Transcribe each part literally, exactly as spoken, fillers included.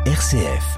R C F.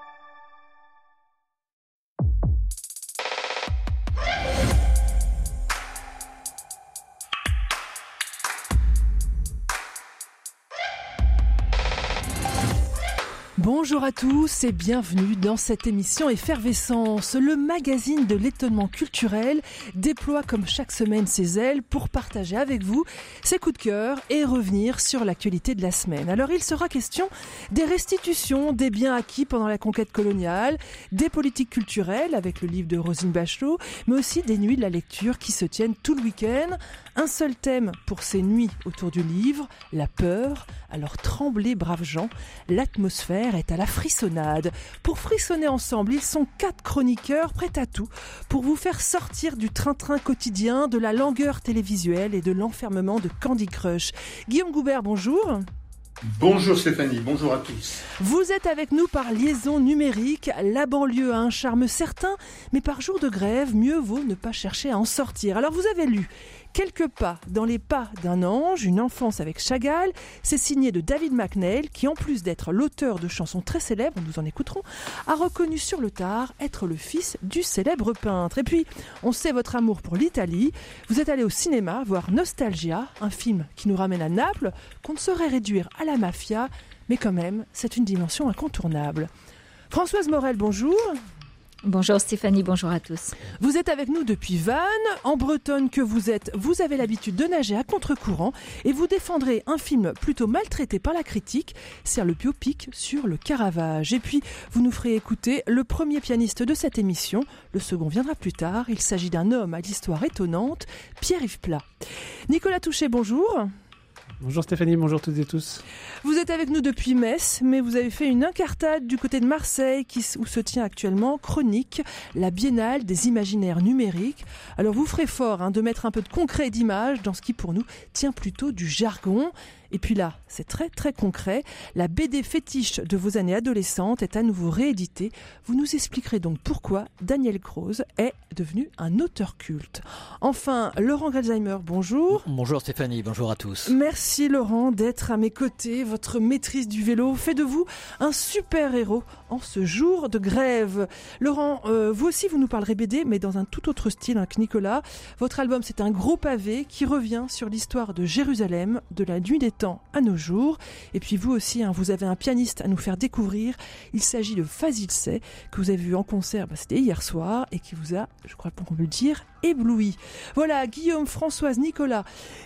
Bonjour à tous et bienvenue dans cette émission Effervescence. Le magazine de l'étonnement culturel déploie comme chaque semaine ses ailes pour partager avec vous ses coups de cœur et revenir sur l'actualité de la semaine. Alors il sera question des restitutions des biens acquis pendant la conquête coloniale, des politiques culturelles avec le livre de Roselyne Bachelot, mais aussi des nuits de la lecture qui se tiennent tout le week-end. Un seul thème pour ces nuits autour du livre, la peur. Alors tremblez braves gens, l'atmosphère est à la frissonnade. Pour frissonner ensemble, ils sont quatre chroniqueurs prêts à tout pour vous faire sortir du train-train quotidien, de la langueur télévisuelle et de l'enfermement de Candy Crush. Guillaume Goubert, bonjour. Bonjour Stéphanie, bonjour à tous. Vous êtes avec nous par liaison numérique. La banlieue a un charme certain, mais par jour de grève, mieux vaut ne pas chercher à en sortir. Alors vous avez lu Quelques pas dans les pas d'un ange, une enfance avec Chagall. C'est signé de David McNeill, qui en plus d'être l'auteur de chansons très célèbres, nous en écouterons, a reconnu sur le tard être le fils du célèbre peintre. Et puis, on sait votre amour pour l'Italie. Vous êtes allé au cinéma voir Nostalgia, un film qui nous ramène à Naples, qu'on ne saurait réduire à la mafia, mais quand même, c'est une dimension incontournable. Françoise Morel, bonjour. Bonjour Stéphanie, bonjour à tous. Vous êtes avec nous depuis Vannes. En Bretonne que vous êtes, vous avez l'habitude de nager à contre-courant et vous défendrez un film plutôt maltraité par la critique, c'est le biopic sur le Caravage. Et puis, vous nous ferez écouter le premier pianiste de cette émission. Le second viendra plus tard. Il s'agit d'un homme à l'histoire étonnante, Pierre-Yves Plat. Nicolas Touchet, bonjour. Bonjour Stéphanie, bonjour toutes et tous. Vous êtes avec nous depuis Metz, mais vous avez fait une incartade du côté de Marseille qui, où se tient actuellement Chronique, la biennale des imaginaires numériques. Alors vous ferez fort hein, de mettre un peu de concret et d'image dans ce qui pour nous tient plutôt du jargon. Et puis là, c'est très très concret, la B D fétiche de vos années adolescentes est à nouveau rééditée. Vous nous expliquerez donc pourquoi Daniel Croze est devenu un auteur culte. Enfin, Laurent Grelsheimer, bonjour. Bonjour Stéphanie, bonjour à tous. Merci Laurent d'être à mes côtés. Votre maîtrise du vélo fait de vous un super héros en ce jour de grève. Laurent, euh, vous aussi vous nous parlerez B D, mais dans un tout autre style hein, que Nicolas. Votre album, c'est un gros pavé qui revient sur l'histoire de Jérusalem, de la nuit des temps à nos jours. Et puis vous aussi, hein, vous avez un pianiste à nous faire découvrir. Il s'agit de Fazil Say, que vous avez vu en concert, bah, c'était hier soir, et qui vous a, je crois qu'on peut le dire, ébloui. Voilà, Guillaume, Françoise, Nicolas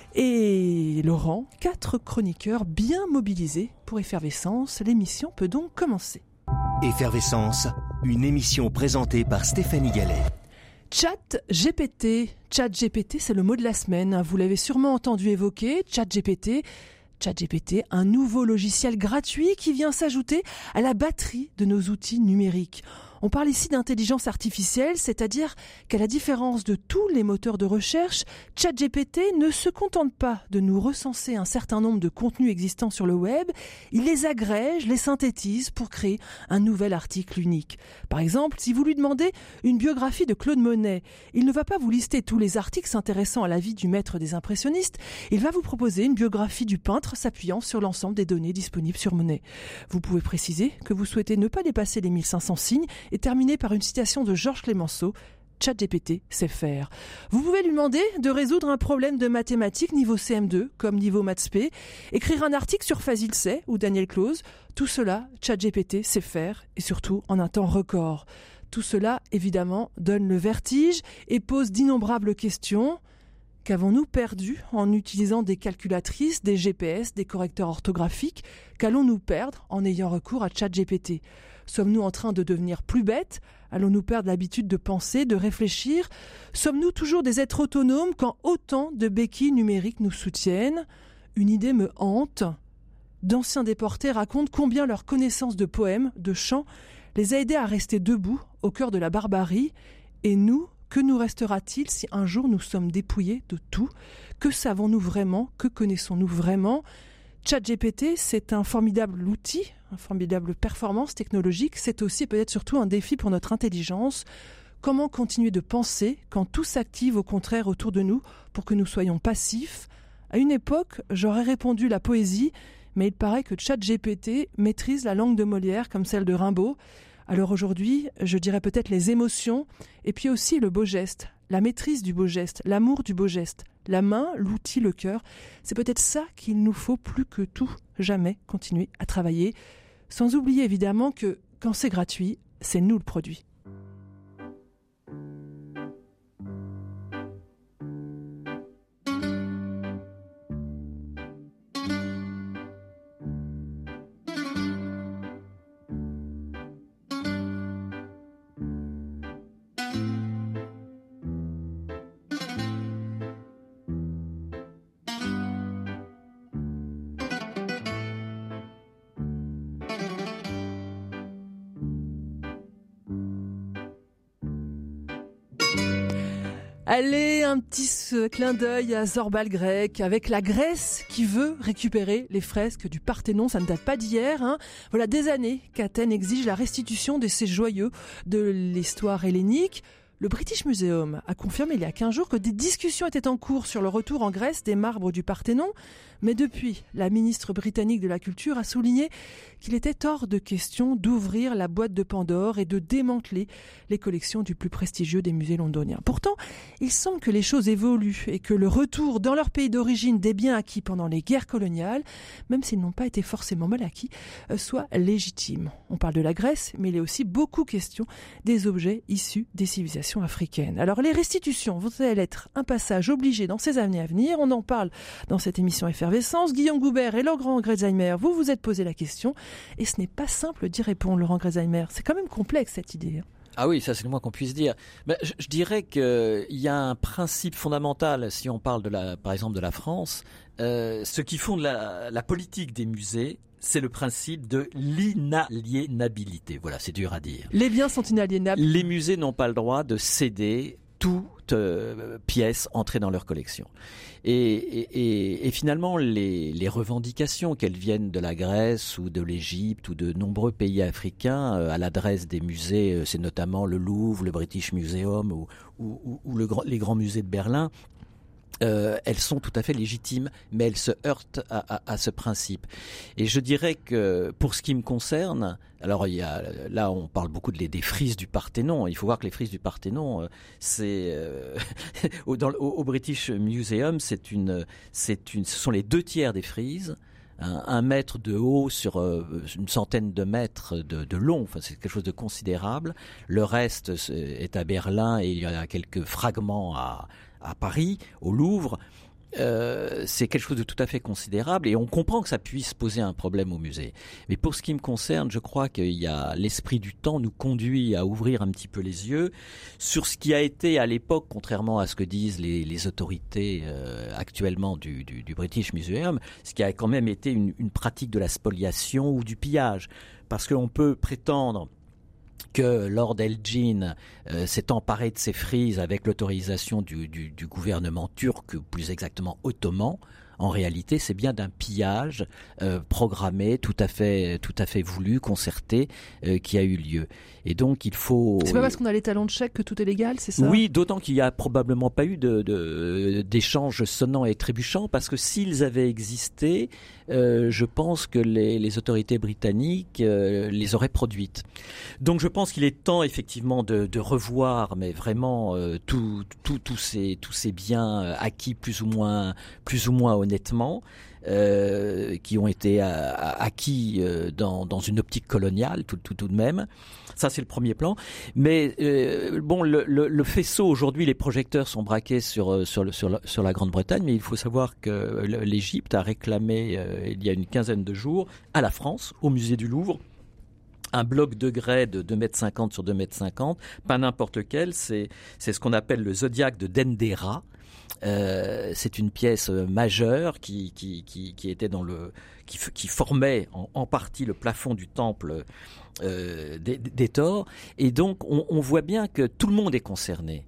et Laurent, quatre chroniqueurs bien mobilisés pour Effervescence. L'émission peut donc commencer. Effervescence, une émission présentée par Stéphanie Gallet. Chat G P T. Chat G P T, c'est le mot de la semaine. Vous l'avez sûrement entendu évoquer. Chat G P T. Chat G P T, un nouveau logiciel gratuit qui vient s'ajouter à la batterie de nos outils numériques. On parle ici d'intelligence artificielle, c'est-à-dire qu'à la différence de tous les moteurs de recherche, ChatGPT ne se contente pas de nous recenser un certain nombre de contenus existants sur le web, il les agrège, les synthétise pour créer un nouvel article unique. Par exemple, si vous lui demandez une biographie de Claude Monet, il ne va pas vous lister tous les articles s'intéressant à la vie du maître des impressionnistes, il va vous proposer une biographie du peintre s'appuyant sur l'ensemble des données disponibles sur Monet. Vous pouvez préciser que vous souhaitez ne pas dépasser les mille cinq cents signes et terminé par une citation de Georges Clemenceau. ChatGPT sait faire. Vous pouvez lui demander de résoudre un problème de mathématiques niveau C M deux, comme niveau maths P, écrire un article sur Fazil Say ou Daniel Croze. Tout cela, ChatGPT sait faire, et surtout en un temps record. Tout cela, évidemment, donne le vertige et pose d'innombrables questions. Qu'avons-nous perdu en utilisant des calculatrices, des G P S, des correcteurs orthographiques? Qu'allons-nous perdre en ayant recours à ChatGPT? Sommes-nous en train de devenir plus bêtes? Allons-nous perdre l'habitude de penser, de réfléchir? Sommes-nous toujours des êtres autonomes quand autant de béquilles numériques nous soutiennent? Une idée me hante. D'anciens déportés racontent combien leur connaissance de poèmes, de chants, les a aidés à rester debout au cœur de la barbarie. Et nous, que nous restera-t-il si un jour nous sommes dépouillés de tout? Que savons-nous vraiment? Que connaissons-nous vraiment? ChatGPT, c'est un formidable outil, une formidable performance technologique. C'est aussi et peut-être surtout un défi pour notre intelligence. Comment continuer de penser quand tout s'active au contraire autour de nous pour que nous soyons passifs? À une époque, j'aurais répondu la poésie, mais il paraît que ChatGPT maîtrise la langue de Molière comme celle de Rimbaud. Alors aujourd'hui, je dirais peut-être les émotions, et puis aussi le beau geste, la maîtrise du beau geste, l'amour du beau geste, la main, l'outil, le cœur. C'est peut-être ça qu'il nous faut plus que tout, jamais continuer à travailler, sans oublier évidemment que quand c'est gratuit, c'est nous le produit. Allez, un petit clin d'œil à Zorbal grec, avec la Grèce qui veut récupérer les fresques du Parthénon. Ça ne date pas d'hier. Hein. Voilà des années qu'Athènes exige la restitution de ces joyaux de l'histoire hellénique. Le British Museum a confirmé il y a quinze jours que des discussions étaient en cours sur le retour en Grèce des marbres du Parthénon. Mais depuis, la ministre britannique de la Culture a souligné qu'il était hors de question d'ouvrir la boîte de Pandore et de démanteler les collections du plus prestigieux des musées londoniens. Pourtant, il semble que les choses évoluent et que le retour dans leur pays d'origine des biens acquis pendant les guerres coloniales, même s'ils n'ont pas été forcément mal acquis, soit légitime. On parle de la Grèce, mais il est aussi beaucoup question des objets issus des civilisations africaines. Alors les restitutions vont-elles être un passage obligé dans ces années à venir ? On en parle dans cette émission Effervescence. Guillaume Goubert et Laurent Grezheimer, vous vous êtes posé la question et ce n'est pas simple d'y répondre, Laurent Grezheimer. C'est quand même complexe cette idée. Ah oui, ça c'est le moins qu'on puisse dire. Ben, je, je dirais qu'il y a un principe fondamental, si on parle de la, par exemple de la France, euh, ce qui fonde la, la politique des musées, c'est le principe de l'inaliénabilité. Voilà, c'est dur à dire. Les biens sont inaliénables. Les musées n'ont pas le droit de céder toute euh, pièce entrée dans leur collection. Et, et, et, et finalement, les, les revendications, qu'elles viennent de la Grèce ou de l'Égypte ou de nombreux pays africains, euh, à l'adresse des musées, euh, c'est notamment le Louvre, le British Museum ou, ou, ou, ou le, les grands musées de Berlin, Euh, elles sont tout à fait légitimes, mais elles se heurtent à, à, à ce principe. Et je dirais que pour ce qui me concerne, alors il y a, là on parle beaucoup de les, des frises du Parthénon. Il faut voir que les frises du Parthénon, euh, c'est euh, au, dans, au, au British Museum, c'est une, c'est une, ce sont les deux tiers des frises. Un, un mètre de haut sur euh, une centaine de mètres de, de long, enfin c'est quelque chose de considérable. Le reste est à Berlin et il y a quelques fragments à à Paris, au Louvre. Euh, c'est quelque chose de tout à fait considérable et on comprend que ça puisse poser un problème au musée. Mais pour ce qui me concerne, je crois qu'il y a l'esprit du temps nous conduit à ouvrir un petit peu les yeux sur ce qui a été à l'époque, contrairement à ce que disent les, les autorités euh, actuellement du, du, du British Museum, ce qui a quand même été une, une pratique de la spoliation ou du pillage. Parce qu'on peut prétendre que Lord Elgin euh, s'est emparé de ces frises avec l'autorisation du, du, du gouvernement turc, ou plus exactement ottoman. En réalité, c'est bien d'un pillage euh, programmé, tout à fait, tout à fait voulu, concerté, euh, qui a eu lieu. Et donc, il faut. C'est pas parce qu'on a les talons de chèque que tout est légal, c'est ça ? Oui, d'autant qu'il y a probablement pas eu de, de, d'échanges sonnants et trébuchants, parce que s'ils avaient existé, euh, je pense que les, les autorités britanniques euh, les auraient produites. Donc, je pense qu'il est temps effectivement de, de revoir, mais vraiment euh, tous tout, tout ces, tous ces biens acquis plus ou moins, plus ou moins honnêtement. Euh, qui ont été euh, acquis euh, dans, dans une optique coloniale tout, tout, tout de même. Ça, c'est le premier plan. Mais euh, bon, le, le, le faisceau, aujourd'hui, les projecteurs sont braqués sur, sur, le, sur, la, sur la Grande-Bretagne, mais il faut savoir que l'Égypte a réclamé, euh, il y a une quinzaine de jours, à la France, au musée du Louvre, un bloc de grès de deux mètres cinquante sur deux mètres cinquante, pas n'importe lequel, c'est, c'est ce qu'on appelle le zodiaque de Dendera. Euh, c'est une pièce majeure qui, qui, qui, qui était dans le, qui, qui formait en, en partie le plafond du temple euh, d'Hétor. Et donc, on, on voit bien que tout le monde est concerné.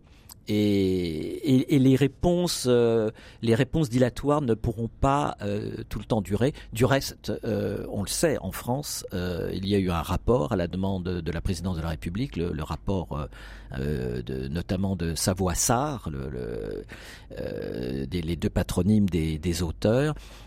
Et, et, et les réponses, euh, les réponses dilatoires ne pourront pas euh, tout le temps durer. Du reste, euh, on le sait, en France, euh, il y a eu un rapport à la demande de la présidence de la République, le, le rapport euh, de, notamment de Savoie-Sarr, le, le, euh, des, les deux patronymes des, des auteurs,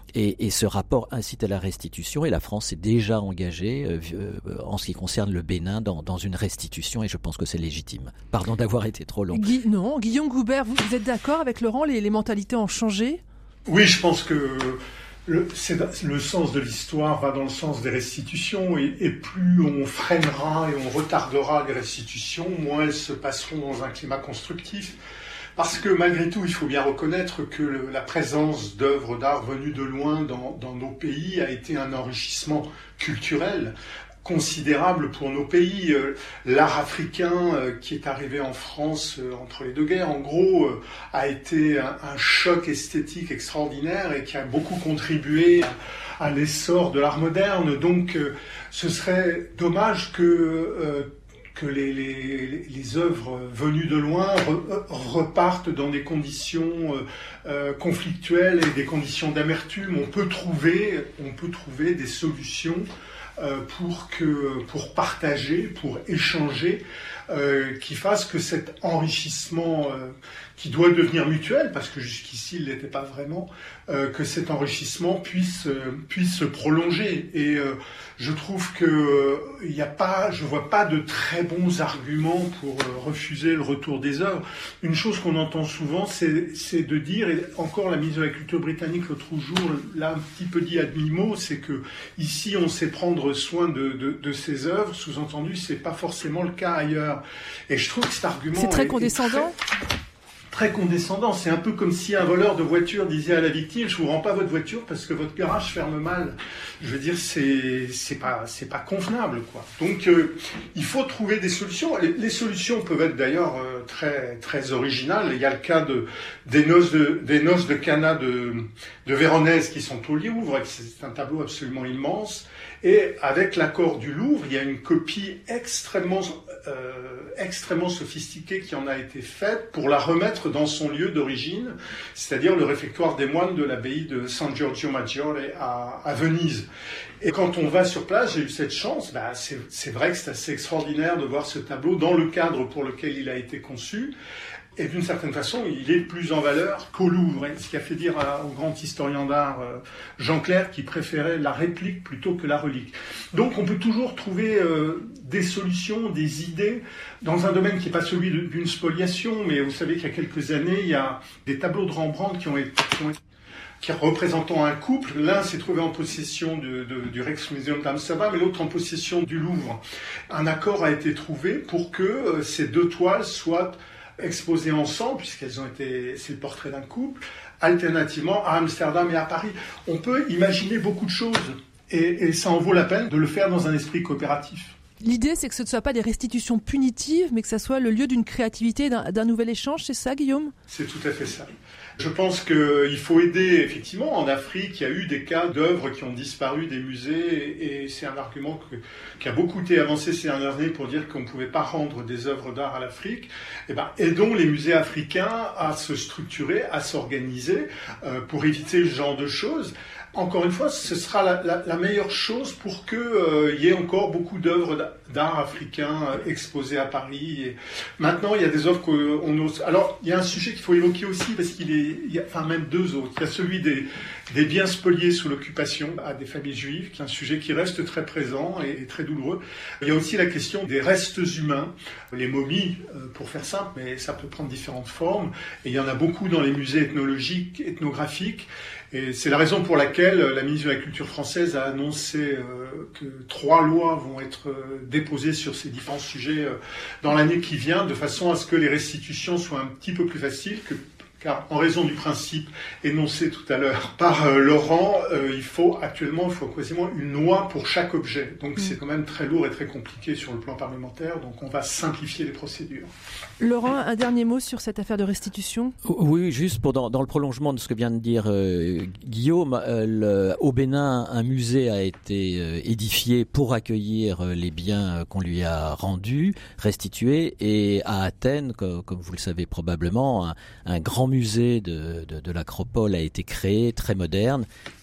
Et, et ce rapport incite à la restitution et la France s'est déjà engagée euh, euh, en ce qui concerne le Bénin dans, dans une restitution et je pense que c'est légitime. Pardon d'avoir été trop long. Guy, non, Guillaume Goubert, vous, vous êtes d'accord avec Laurent, les, les mentalités ont changé ? Oui, je pense que le, c'est, le sens de l'histoire va dans le sens des restitutions et, et plus on freinera et on retardera les restitutions, moins elles se passeront dans un climat constructif. Parce que malgré tout, il faut bien reconnaître que le, la présence d'œuvres d'art venues de loin dans, dans nos pays a été un enrichissement culturel considérable pour nos pays. Euh, l'art africain euh, qui est arrivé en France euh, entre les deux guerres, en gros, euh, a été un, un choc esthétique extraordinaire et qui a beaucoup contribué à, à l'essor de l'art moderne. Donc, euh, ce serait dommage que... Euh, que les, les, les œuvres venues de loin re, repartent dans des conditions euh, conflictuelles et des conditions d'amertume. On peut trouver, on peut trouver des solutions euh, pour, que, pour partager, pour échanger, euh, qui fassent que cet enrichissement euh, qui doit devenir mutuel, parce que jusqu'ici il ne l'était pas vraiment, euh, que cet enrichissement puisse, euh, puisse se prolonger. Et euh, je trouve que euh, y a pas, je vois pas de très bons arguments pour euh, refuser le retour des œuvres. Une chose qu'on entend souvent, c'est, c'est de dire, et encore la ministre de la Culture britannique l'autre jour l'a un petit peu dit à demi-mot, c'est que ici on sait prendre soin de, de, de ces œuvres, sous-entendu c'est pas forcément le cas ailleurs. Et je trouve que cet argument c'est très est, condescendant. Est très... très condescendant. C'est un peu comme si un voleur de voiture disait à la victime « Je vous rends pas votre voiture parce que votre garage ferme mal ». Je veux dire, c'est c'est pas c'est pas convenable, quoi. Donc euh, il faut trouver des solutions. Les, les solutions peuvent être d'ailleurs euh, très très originales. Il y a le cas de des noces de des noces de Cana de de Véronèse qui sont au Louvre. C'est un tableau absolument immense. Et avec l'accord du Louvre, il y a une copie extrêmement euh, extrêmement sophistiquée qui en a été faite pour la remettre dans son lieu d'origine, c'est-à-dire le réfectoire des moines de l'abbaye de San Giorgio Maggiore à, à Venise. Et quand on va sur place, j'ai eu cette chance, bah c'est, c'est vrai que c'est assez extraordinaire de voir ce tableau dans le cadre pour lequel il a été conçu. Et d'une certaine façon, il est plus en valeur qu'au Louvre. Ce qui a fait dire au grand historien d'art Jean Clerc qu'il préférait la réplique plutôt que la relique. Donc on peut toujours trouver euh, des solutions, des idées, dans un domaine qui n'est pas celui d'une spoliation, mais vous savez qu'il y a quelques années, il y a des tableaux de Rembrandt qui ont été... Qui ont été qui représentant un couple. L'un s'est trouvé en possession de, de, du Rijksmuseum d'Amsterdam et l'autre en possession du Louvre. Un accord a été trouvé pour que euh, ces deux toiles soient exposées ensemble, puisqu'elles ont été, c'est le portrait d'un couple, alternativement à Amsterdam et à Paris. On peut imaginer beaucoup de choses et, et ça en vaut la peine de le faire dans un esprit coopératif. L'idée, c'est que ce ne soit pas des restitutions punitives, mais que ça soit le lieu d'une créativité, d'un, d'un nouvel échange, c'est ça, Guillaume ? C'est tout à fait ça. Je pense qu'il faut aider, effectivement, en Afrique, il y a eu des cas d'œuvres qui ont disparu des musées, et c'est un argument que, qui a beaucoup été avancé ces dernières années pour dire qu'on ne pouvait pas rendre des œuvres d'art à l'Afrique. Eh ben, aidons les musées africains à se structurer, à s'organiser, euh, pour éviter ce genre de choses. Encore une fois, ce sera la, la, la meilleure chose pour qu'il euh, y ait encore beaucoup d'œuvres d'art africain euh, exposées à Paris. Et maintenant, il y a des œuvres qu'on ose... Alors, il y a un sujet qu'il faut évoquer aussi, parce qu'il est... Il y a, enfin, même deux autres. Il y a celui des, des biens spoliés sous l'occupation à des familles juives, qui est un sujet qui reste très présent et, et très douloureux. Il y a aussi la question des restes humains, les momies, euh, pour faire simple, mais ça peut prendre différentes formes. Et il y en a beaucoup dans les musées ethnologiques, ethnographiques. Et c'est la raison pour laquelle la ministre de la Culture française a annoncé euh, que trois lois vont être euh, déposées sur ces différents sujets euh, dans l'année qui vient, de façon à ce que les restitutions soient un petit peu plus faciles, que, car en raison du principe énoncé tout à l'heure par euh, Laurent, euh, il faut actuellement, il faut quasiment une loi pour chaque objet. Donc mmh. c'est quand même très lourd et très compliqué sur le plan parlementaire, donc on va simplifier les procédures. Laurent, un dernier mot sur cette affaire de restitution ? Oui, juste pour dans, dans le prolongement de ce que vient de dire euh, Guillaume, euh, le, au Bénin, un musée a été euh, édifié pour accueillir euh, les biens qu'on lui a rendus, restitués, et à Athènes, comme, comme vous le savez probablement, un, un grand musée de, de, de l'Acropole a été créé, très moderne,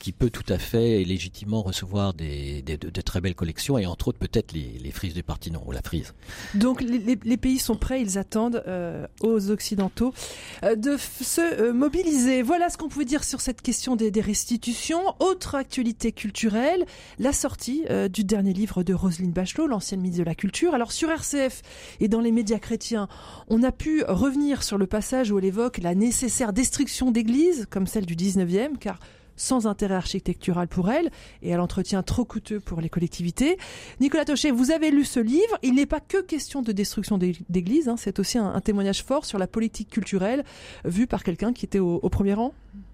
qui peut tout à fait et légitimement recevoir des, des, de, de très belles collections, et entre autres peut-être les, les frises du Parthénon, ou la frise. Donc les, les, les pays sont prêts, ils attendent euh, aux Occidentaux euh, de f- se euh, mobiliser. Voilà ce qu'on pouvait dire sur cette question des, des restitutions. Autre actualité culturelle, la sortie euh, du dernier livre de Roselyne Bachelot, l'ancienne ministre de la Culture. Alors sur R C F et dans les médias chrétiens, on a pu revenir sur le passage où elle évoque la nécessaire destruction d'églises, comme celle du dix-neuvième, car sans intérêt architectural pour elle et à l'entretien trop coûteux pour les collectivités. Nicolas Tauchet, vous avez lu ce livre. Il n'est pas que question de destruction d'églises, hein, c'est aussi un, un témoignage fort sur la politique culturelle vue par quelqu'un qui était au, au premier rang.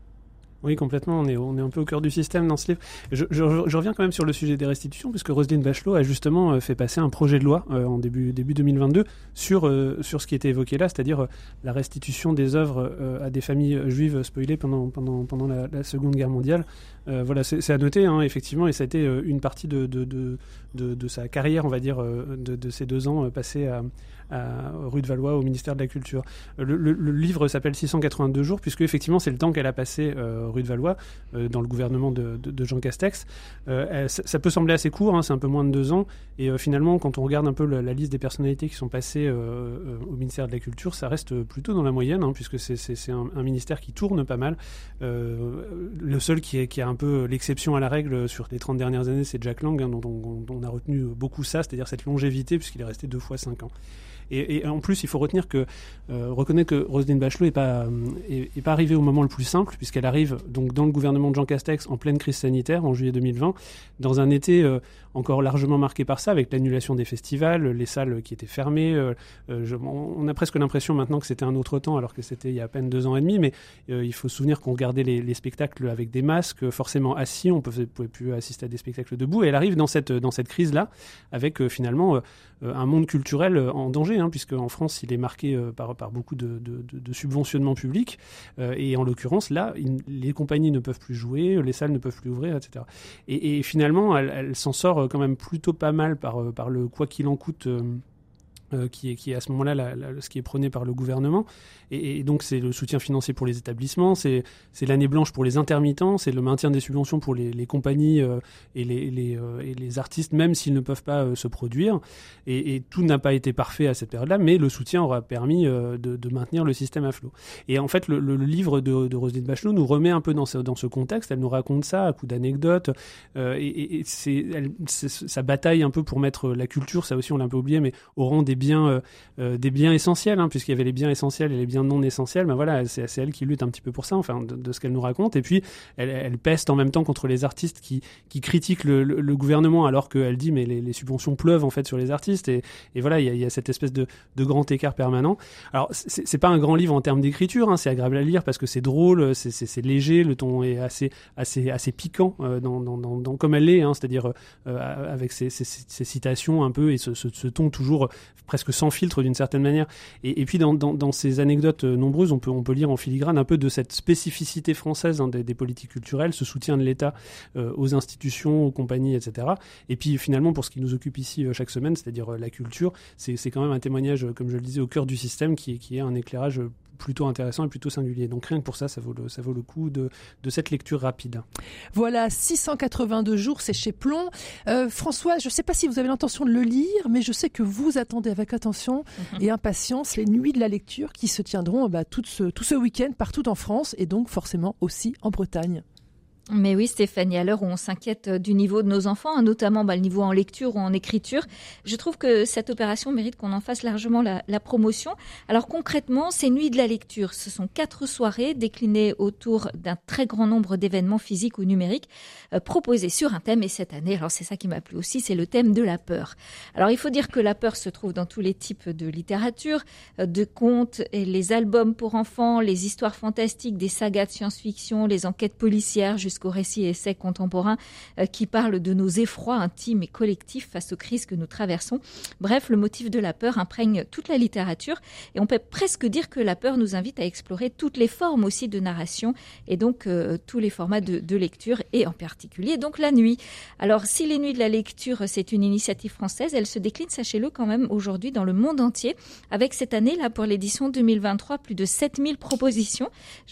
Oui, complètement. On est, on est un peu au cœur du système dans ce livre. Je, je, je reviens quand même sur le sujet des restitutions, puisque Roselyne Bachelot a justement fait passer un projet de loi euh, en début, début deux mille vingt-deux sur, euh, sur ce qui était évoqué là, c'est-à-dire euh, la restitution des œuvres euh, à des familles juives spoliées pendant, pendant, pendant la, la Seconde Guerre mondiale. Euh, voilà, c'est, c'est à noter, hein, effectivement, et ça a été euh, une partie de, de, de, de, de sa carrière, on va dire, euh, de, de ces deux ans euh, passés à, à rue de Valois au ministère de la Culture. Le, le, le livre s'appelle six cent quatre-vingt-deux jours, puisque effectivement c'est le temps qu'elle a passé euh, rue de Valois, euh, dans le gouvernement de, de, de Jean Castex. Euh, elle, ça, ça peut sembler assez court, hein, c'est un peu moins de deux ans, et euh, finalement quand on regarde un peu la, la liste des personnalités qui sont passées euh, euh, au ministère de la Culture, ça reste plutôt dans la moyenne, hein, puisque c'est, c'est, c'est un, un ministère qui tourne pas mal. Euh, le seul qui, est, qui a un peu l'exception à la règle sur les trente dernières années, c'est Jack Lang, hein, dont, dont, dont on a retenu beaucoup ça, c'est-à-dire cette longévité, puisqu'il est resté deux fois cinq ans. Et, et en plus, il faut retenir que, euh, reconnaître que Roselyne Bachelot n'est pas, est, est pas arrivée au moment le plus simple, puisqu'elle arrive donc dans le gouvernement de Jean Castex en pleine crise sanitaire, en juillet deux mille vingt, dans un été euh, encore largement marqué par ça, avec l'annulation des festivals, les salles qui étaient fermées. Euh, euh, je, on a presque l'impression maintenant que c'était un autre temps, alors que c'était il y a à peine deux ans et demi, mais euh, il faut se souvenir qu'on regardait les, les spectacles avec des masques, forcément assis, on ne pouvait, pouvait plus assister à des spectacles debout, et elle arrive dans cette, dans cette crise-là, avec euh, finalement euh, un monde culturel en danger, hein, puisque en France, il est marqué euh, par, par beaucoup de, de, de, de subventionnement public, euh, et en l'occurrence, là, il, les compagnies ne peuvent plus jouer, les salles ne peuvent plus ouvrir, et cetera. Et, et finalement, elle, elle s'en sort quand même plutôt pas mal par, par le quoi qu'il en coûte, euh, euh, qui, est, qui est à ce moment-là la, la, ce qui est prôné par le gouvernement. Et, et donc, c'est le soutien financier pour les établissements, c'est, c'est l'année blanche pour les intermittents, c'est le maintien des subventions pour les, les compagnies euh, et, les, les, euh, et les artistes, même s'ils ne peuvent pas euh, se produire. Et, et tout n'a pas été parfait à cette période-là, mais le soutien aura permis euh, de, de maintenir le système à flot. Et en fait, le, le, le livre de, de Roselyne Bachelot nous remet un peu dans ce, dans ce contexte. Elle nous raconte ça à coup d'anecdotes. Euh, et et c'est, elle, c'est, ça bataille un peu pour mettre la culture, ça aussi on l'a un peu oublié, mais au rang des biens, euh, euh, des biens essentiels, hein, puisqu'il y avait les biens essentiels et les biens non essentiels. Ben voilà, c'est, c'est elle qui lutte un petit peu pour ça, enfin, de, de ce qu'elle nous raconte. Et puis, elle, elle peste en même temps contre les artistes qui, qui critiquent le, le, le gouvernement, alors qu'elle dit mais les, les subventions pleuvent en fait sur les artistes. Et, et voilà, il y, y a cette espèce de, de grand écart permanent. Alors, c'est, c'est pas un grand livre en termes d'écriture, hein, c'est agréable à lire parce que c'est drôle, c'est, c'est, c'est léger, le ton est assez, assez, assez piquant euh, dans, dans, dans, dans, comme elle l'est, hein, c'est-à-dire euh, avec ses, ses, ses citations un peu et ce, ce, ce ton toujours presque sans filtre d'une certaine manière. Et, et puis dans, dans, dans ces anecdotes nombreuses, on peut, on peut lire en filigrane un peu de cette spécificité française, hein, des, des politiques culturelles, ce soutien de l'État euh, aux institutions, aux compagnies, et cetera. Et puis finalement, pour ce qui nous occupe ici euh, chaque semaine, c'est-à-dire euh, la culture, c'est, c'est quand même un témoignage, comme je le disais, au cœur du système qui, qui est un éclairage plutôt intéressant et plutôt singulier. Donc rien que pour ça, ça vaut le, ça vaut le coup de, de cette lecture rapide. Voilà, six cent quatre-vingt-deux jours, c'est chez Plomb. Euh, François, je ne sais pas si vous avez l'intention de le lire, mais je sais que vous attendez avec attention et impatience les nuits de la lecture qui se tiendront bah, tout, ce, tout ce week-end partout en France et donc forcément aussi en Bretagne. Mais oui, Stéphanie, à l'heure où on s'inquiète du niveau de nos enfants, notamment bah, le niveau en lecture ou en écriture, je trouve que cette opération mérite qu'on en fasse largement la, la promotion. Alors concrètement, ces nuits de la lecture, ce sont quatre soirées déclinées autour d'un très grand nombre d'événements physiques ou numériques euh, proposés sur un thème. Et cette année, alors c'est ça qui m'a plu aussi, c'est le thème de la peur. Alors il faut dire que la peur se trouve dans tous les types de littérature, euh, de contes et les albums pour enfants, les histoires fantastiques, des sagas de science-fiction, les enquêtes policières, jusqu'aux récits et essais contemporains euh, qui parlent de nos effrois intimes et collectifs face aux crises que nous traversons. Bref, le motif de la peur imprègne toute la littérature et on peut presque dire que la peur nous invite à explorer toutes les formes aussi de narration et donc euh, tous les formats de, de lecture et en particulier donc la nuit. Alors si les nuits de la lecture c'est une initiative française, elle se décline, sachez-le quand même aujourd'hui dans le monde entier avec cette année là pour l'édition deux mille vingt-trois plus de sept mille propositions. J'en viens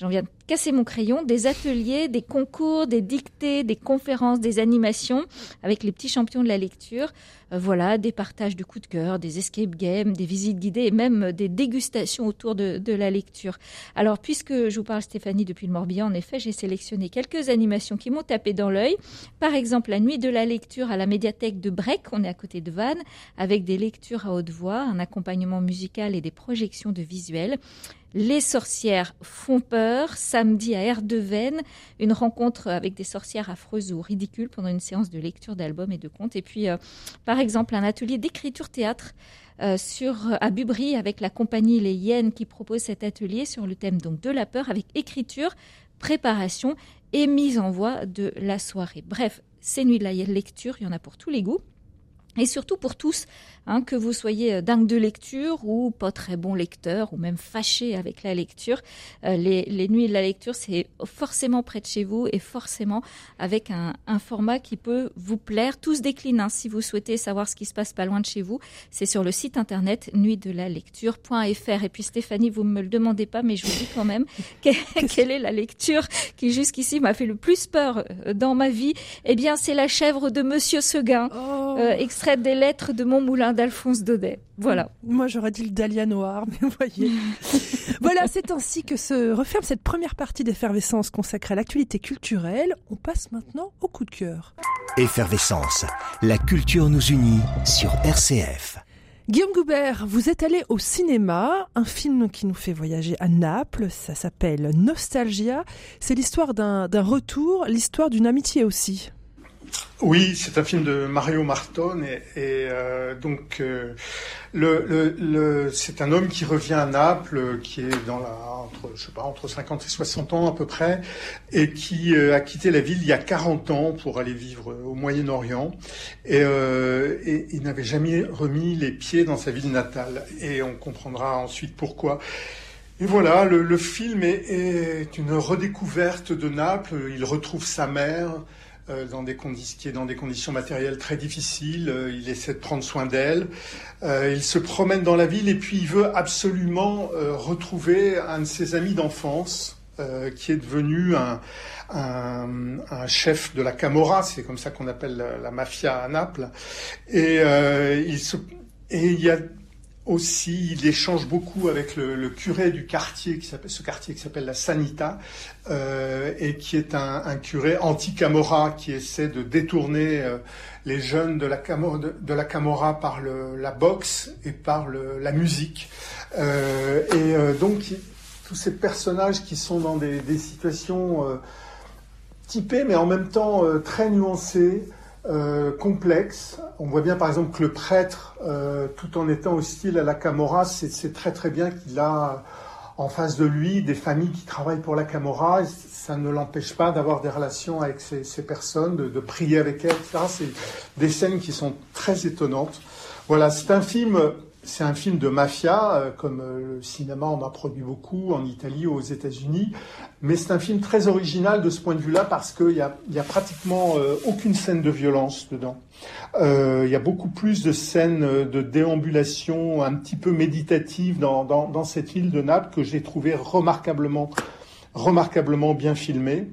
Casser mon crayon, des ateliers, des concours, des dictées, des conférences, des animations avec les petits champions de la lecture. Euh, voilà, des partages de coups de cœur, des escape games, des visites guidées et même des dégustations autour de, de la lecture. Alors, puisque je vous parle, Stéphanie, depuis le Morbihan, en effet, j'ai sélectionné quelques animations qui m'ont tapé dans l'œil. Par exemple, la nuit de la lecture à la médiathèque de Brec, on est à côté de Vannes, avec des lectures à haute voix, un accompagnement musical et des projections de visuels. Les sorcières font peur, samedi à Erdevennes, une rencontre avec des sorcières affreuses ou ridicules pendant une séance de lecture d'albums et de contes. Et puis, euh, par exemple, un atelier d'écriture-théâtre euh, sur, à Bubry avec la compagnie Les Hyènes qui propose cet atelier sur le thème donc, de la peur avec écriture, préparation et mise en voix de la soirée. Bref, ces nuits de la lecture, il y en a pour tous les goûts. Et surtout pour tous, hein, que vous soyez dingue de lecture ou pas très bon lecteur ou même fâché avec la lecture, euh, les, les nuits de la lecture, c'est forcément près de chez vous et forcément avec un, un format qui peut vous plaire. Tout se décline, hein, si vous souhaitez savoir ce qui se passe pas loin de chez vous. C'est sur le site internet nuit de la lecture point f r. Et puis Stéphanie, vous me le demandez pas, mais je vous dis quand même quelle est la lecture qui jusqu'ici m'a fait le plus peur dans ma vie. Eh bien, c'est La chèvre de Monsieur Seguin. Oh. Euh, extrait des lettres de mon moulin d'Alphonse Daudet. Voilà. Moi, j'aurais dit le dahlia noir, mais vous voyez. Voilà, c'est ainsi que se referme cette première partie d'Effervescence consacrée à l'actualité culturelle. On passe maintenant au coup de cœur. Effervescence, la culture nous unit sur R C F. Guillaume Goubert, vous êtes allé au cinéma, un film qui nous fait voyager à Naples, ça s'appelle Nostalgia. C'est l'histoire d'un, d'un retour, l'histoire d'une amitié aussi. Oui, c'est un film de Mario Martone et, et euh, donc euh, le, le, le, c'est un homme qui revient à Naples, qui est dans la entre je sais pas entre cinquante et soixante ans à peu près, et qui euh, a quitté la ville il y a quarante ans pour aller vivre au Moyen-Orient et, euh, et il n'avait jamais remis les pieds dans sa ville natale et on comprendra ensuite pourquoi. Et voilà, le, le film est, est une redécouverte de Naples. Il retrouve sa mère. Euh, dans des conditions, qui est dans des conditions matérielles très difficiles, euh, il essaie de prendre soin d'elle, euh, il se promène dans la ville et puis il veut absolument euh, retrouver un de ses amis d'enfance euh, qui est devenu un, un, un chef de la Camorra, c'est comme ça qu'on appelle la, la mafia à Naples, et, euh, il se, et il y a aussi, il échange beaucoup avec le, le curé du quartier, qui s'appelle, ce quartier qui s'appelle la Sanita, euh, et qui est un, un curé anti-Camorra qui essaie de détourner euh, les jeunes de la, Camo, de, de la Camorra par le, la boxe et par le, la musique. Euh, et euh, donc, il, tous ces personnages qui sont dans des, des situations euh, typées, mais en même temps euh, très nuancées, Euh, complexe. On voit bien par exemple que le prêtre, euh, tout en étant hostile à la Camorra, c'est, c'est très très bien qu'il a en face de lui des familles qui travaillent pour la Camorra. Ça ne l'empêche pas d'avoir des relations avec ces, ces personnes, de, de prier avec elles, et cetera. C'est des scènes qui sont très étonnantes. Voilà, c'est un film... C'est un film de mafia, euh, comme euh, le cinéma en a produit beaucoup en Italie ou aux États-Unis, mais c'est un film très original de ce point de vue-là parce qu'il y a, y a pratiquement euh, aucune scène de violence dedans. Euh, il y a beaucoup plus de scènes de déambulation un petit peu méditatives dans, dans, dans cette île de Naples que j'ai trouvé remarquablement, remarquablement bien filmée.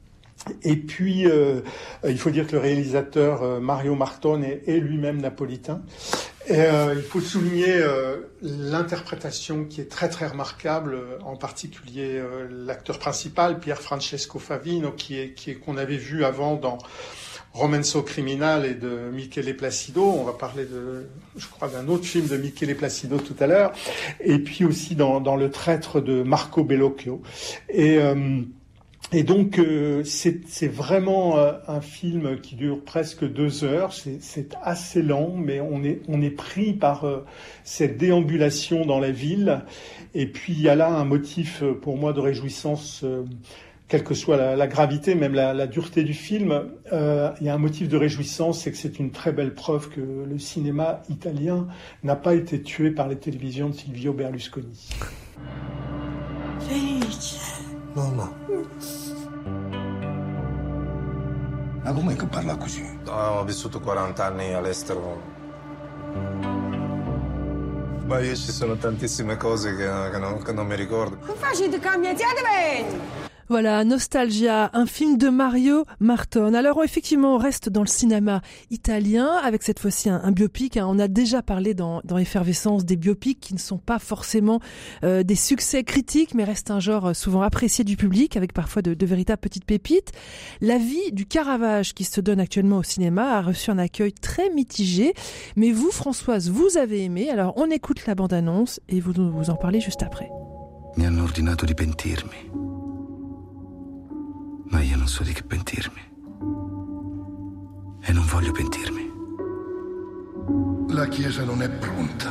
Et puis, euh, il faut dire que le réalisateur euh, Mario Martone est, est lui-même napolitain. Et, euh, il faut souligner euh, l'interprétation qui est très très remarquable, euh, en particulier euh, l'acteur principal, Pier Francesco Favino, qui est, qui est qu'on avait vu avant dans Romanzo Criminale et de Michele Placido. On va parler de, je crois, d'un autre film de Michele Placido tout à l'heure. Et puis aussi dans, dans Le Traître de Marco Bellocchio. Et euh, Et donc, euh, c'est, c'est vraiment euh, un film qui dure presque deux heures. C'est, c'est assez lent, mais on est, on est pris par euh, cette déambulation dans la ville. Et puis, il y a là un motif, euh, pour moi, de réjouissance, euh, quelle que soit la, la gravité, même la, la dureté du film. Euh, il y a un motif de réjouissance, c'est que c'est une très belle preuve que le cinéma italien n'a pas été tué par les télévisions de Silvio Berlusconi. Felice. Mamma. Ma com'è che parla così? No, ho vissuto quaranta anni all'estero. Ma io ci sono tantissime cose che, che, non, che non mi ricordo. Non facete cambiare, Voilà, Nostalgia, un film de Mario Martone. Alors effectivement, on reste dans le cinéma italien, avec cette fois-ci un, un biopic. Hein. On a déjà parlé dans, dans Effervescence des biopics qui ne sont pas forcément euh, des succès critiques, mais restent un genre souvent apprécié du public, avec parfois de, de véritables petites pépites. La vie du Caravage, qui se donne actuellement au cinéma, a reçu un accueil très mitigé. Mais vous, Françoise, vous avez aimé. Alors on écoute la bande-annonce et vous vous en parlez juste après. Mi hanno ordinato di pentirmi. Ma io non so di che pentirmi. E non voglio pentirmi. La Chiesa non è pronta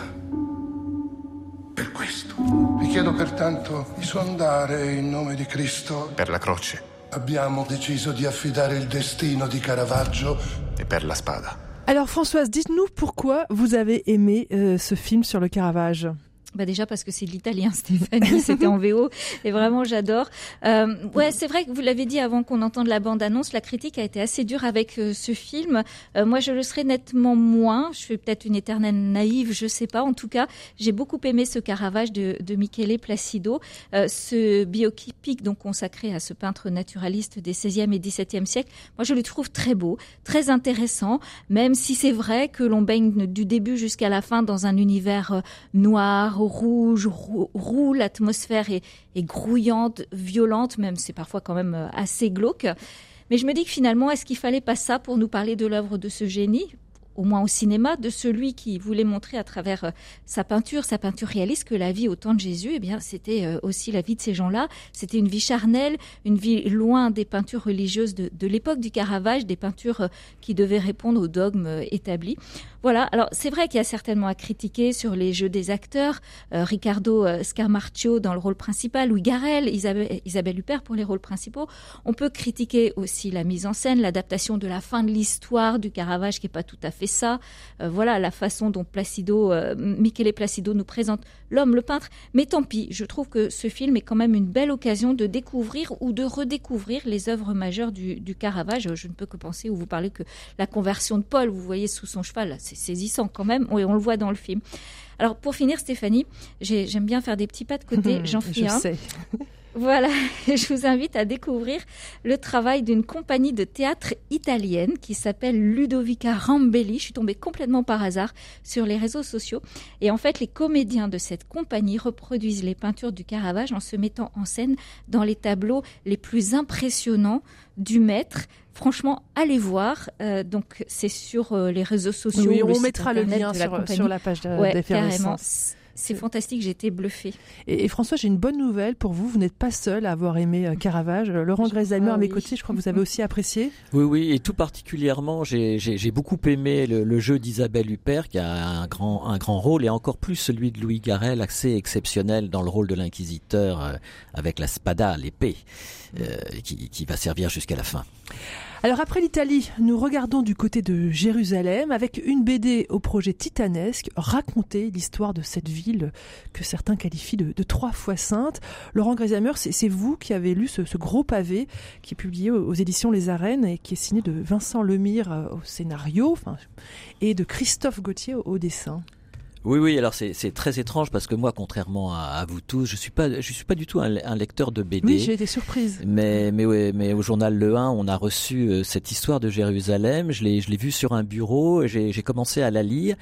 per questo. Vi chiedo pertanto di suo andare in nome di Cristo. Per la croce. Abbiamo deciso di affidare il destino di Caravaggio. E per la spada. Alors Françoise, dites-nous pourquoi vous avez aimé euh, ce film sur le Caravage. Bah déjà parce que c'est de l'italien, Stéphanie, c'était en V O et vraiment j'adore. Euh, ouais, c'est vrai que vous l'avez dit avant qu'on entende la bande-annonce, la critique a été assez dure avec euh, ce film. Euh, moi, je le serais nettement moins. Je suis peut-être une éternelle naïve, je sais pas. En tout cas, j'ai beaucoup aimé ce Caravage de, de Michele Placido, euh, ce biopic donc consacré à ce peintre naturaliste des seizième et dix-septième siècles. Moi, je le trouve très beau, très intéressant, même si c'est vrai que l'on baigne du début jusqu'à la fin dans un univers euh, noir, rouge, roux, roux l'atmosphère est, est grouillante, violente, même c'est parfois quand même assez glauque. Mais je me dis que finalement, est-ce qu'il fallait pas ça pour nous parler de l'œuvre de ce génie ? Au moins au cinéma, de celui qui voulait montrer à travers euh, sa peinture, sa peinture réaliste, que la vie au temps de Jésus, eh bien, c'était euh, aussi la vie de ces gens-là. C'était une vie charnelle, une vie loin des peintures religieuses de, de l'époque du Caravage, des peintures euh, qui devaient répondre aux dogmes euh, établis. Voilà. Alors, c'est vrai qu'il y a certainement à critiquer sur les jeux des acteurs. Euh, Riccardo euh, Scamarcio dans le rôle principal, Louis Garrel, Isabelle, Isabelle Huppert pour les rôles principaux. On peut critiquer aussi la mise en scène, l'adaptation de la fin de l'histoire du Caravage qui est pas tout à fait ça, euh, voilà la façon dont Placido, euh, Michele Placido nous présente l'homme, le peintre, mais tant pis, je trouve que ce film est quand même une belle occasion de découvrir ou de redécouvrir les œuvres majeures du, du Caravage. Je ne peux que penser, où vous parlez que la conversion de Paul, vous voyez sous son cheval, c'est saisissant quand même, et on le voit dans le film. Alors pour finir, Stéphanie, j'ai, j'aime bien faire des petits pas de côté, j'en fais je un. Sais. Voilà, je vous invite à découvrir le travail d'une compagnie de théâtre italienne qui s'appelle Ludovica Rambelli. Je suis tombée complètement par hasard sur les réseaux sociaux. Et en fait, les comédiens de cette compagnie reproduisent les peintures du Caravage en se mettant en scène dans les tableaux les plus impressionnants du maître. Franchement, allez voir. Euh, donc, c'est sur euh, les réseaux sociaux. Oui, on le mettra le lien sur, sur la page de, ouais, d'Effervescence. C'est fantastique, j'ai été bluffée. Et, et François, j'ai une bonne nouvelle pour vous. Vous n'êtes pas seul à avoir aimé euh, Caravage. Laurent Greysheimer à mes oui. côtés, je crois que vous avez aussi apprécié. Oui, oui, et tout particulièrement, j'ai, j'ai, j'ai beaucoup aimé le, le jeu d'Isabelle Huppert, qui a un grand, un grand rôle, et encore plus celui de Louis Garrel, assez exceptionnel dans le rôle de l'inquisiteur, euh, avec la spada, l'épée, euh, qui, qui va servir jusqu'à la fin. Alors après l'Italie, nous regardons du côté de Jérusalem avec une B D au projet titanesque, raconter l'histoire de cette ville que certains qualifient de, de trois fois sainte. Laurent Greysheimer, c'est, c'est vous qui avez lu ce, ce gros pavé qui est publié aux, aux éditions Les Arènes et qui est signé de Vincent Lemire au scénario enfin, et de Christophe Gauthier au, au dessin. Oui, oui. Alors c'est c'est très étrange parce que moi, contrairement à, à vous tous, je suis pas je suis pas du tout un, un lecteur de B D. Oui, j'ai été surprise. Mais mais ouais, mais au journal Le un, on a reçu euh, cette histoire de Jérusalem. Je l'ai je l'ai vue sur un bureau. Et j'ai j'ai commencé à la lire.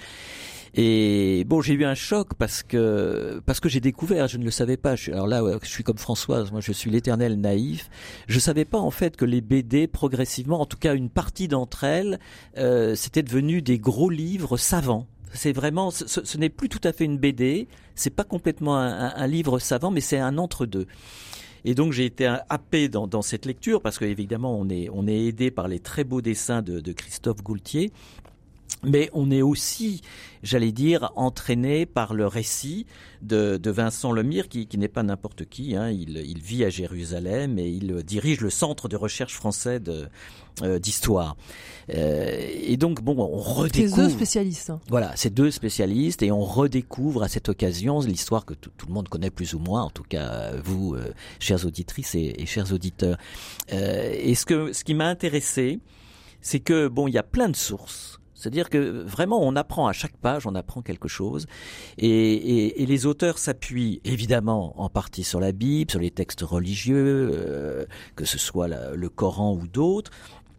Et bon, j'ai eu un choc parce que parce que j'ai découvert, je ne le savais pas. Je suis, alors là, je suis comme Françoise, moi je suis l'éternel naïf. Je savais pas en fait que les B D progressivement, en tout cas une partie d'entre elles, euh, c'était devenu des gros livres savants. C'est vraiment, ce, ce n'est plus tout à fait une B D, c'est pas complètement un, un, un livre savant, mais c'est un entre-deux. Et donc j'ai été happé dans, dans cette lecture parce que évidemment on est on est aidé par les très beaux dessins de, de Christophe Gauthier. Mais on est aussi, j'allais dire, entraîné par le récit de, de Vincent Lemire, qui, qui n'est pas n'importe qui. Hein. Il, il vit à Jérusalem et il dirige le centre de recherche français de, euh, d'histoire. Euh, et donc, bon, on redécouvre... C'est deux spécialistes. Hein. Voilà, c'est deux spécialistes et on redécouvre à cette occasion l'histoire que tout, tout le monde connaît plus ou moins, en tout cas vous, euh, chères auditrices et, et chers auditeurs. Euh, et ce, que, ce qui m'a intéressé, c'est que, bon, il y a plein de sources C'est-à-dire que vraiment, on apprend à chaque page, on apprend quelque chose. Et, et, et les auteurs s'appuient évidemment en partie sur la Bible, sur les textes religieux, euh, que ce soit la, le Coran ou d'autres.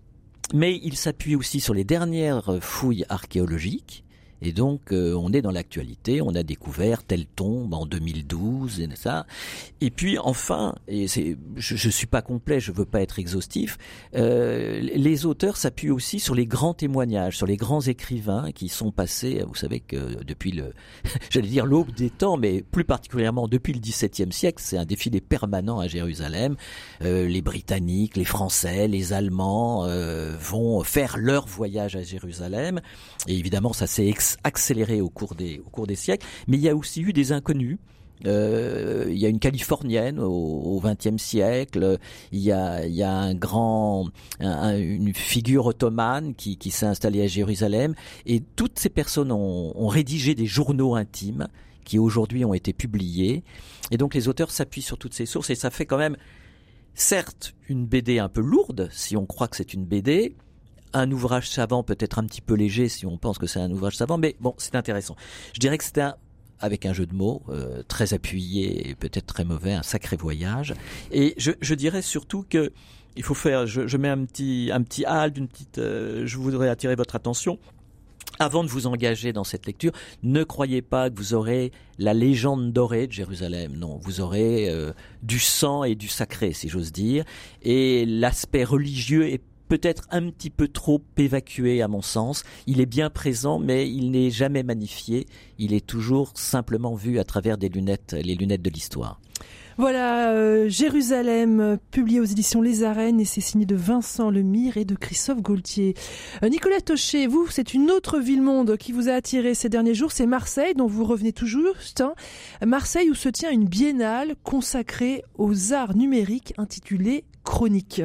Mais ils s'appuient aussi sur les dernières fouilles archéologiques. Et donc, euh, on est dans l'actualité, on a découvert telle tombe en deux mille douze, et ça. Et puis, enfin, et c'est, je, je suis pas complet, je veux pas être exhaustif, euh, les auteurs s'appuient aussi sur les grands témoignages, sur les grands écrivains qui sont passés, vous savez que depuis le, j'allais dire l'aube des temps, mais plus particulièrement depuis le dix-septième siècle, c'est un défilé permanent à Jérusalem. Euh, les Britanniques, les Français, les Allemands euh, vont faire leur voyage à Jérusalem. Et évidemment, ça s'est ex- accéléré au cours des au cours des siècles, mais il y a aussi eu des inconnus. Euh, il y a une Californienne au vingtième siècle. Il y a il y a un grand un, une figure ottomane qui qui s'est installée à Jérusalem. Et toutes ces personnes ont, ont rédigé des journaux intimes qui aujourd'hui ont été publiés. Et donc les auteurs s'appuient sur toutes ces sources et ça fait quand même certes une B D un peu lourde si on croit que c'est une B D. Un ouvrage savant peut-être un petit peu léger si on pense que c'est un ouvrage savant, mais bon, c'est intéressant. Je dirais que c'était un, avec un jeu de mots euh, très appuyé et peut-être très mauvais, un sacré voyage. Et je, je dirais surtout que il faut faire. Je, je mets un petit un petit halt, une petite. Euh, je voudrais attirer votre attention. Avant de vous engager dans cette lecture, ne croyez pas que vous aurez la légende dorée de Jérusalem. Non, vous aurez euh, du sang et du sacré, si j'ose dire. Et l'aspect religieux est peut-être un petit peu trop évacué à mon sens. Il est bien présent, mais il n'est jamais magnifié. Il est toujours simplement vu à travers des lunettes, les lunettes de l'histoire. Voilà, euh, Jérusalem, publié aux éditions Les Arènes, et c'est signé de Vincent Lemire et de Christophe Gaultier. Euh, Nicolas Tochet, vous, c'est une autre ville-monde qui vous a attiré ces derniers jours, c'est Marseille, dont vous revenez toujours. Hein. Marseille, où se tient une biennale consacrée aux arts numériques intitulée Chronique.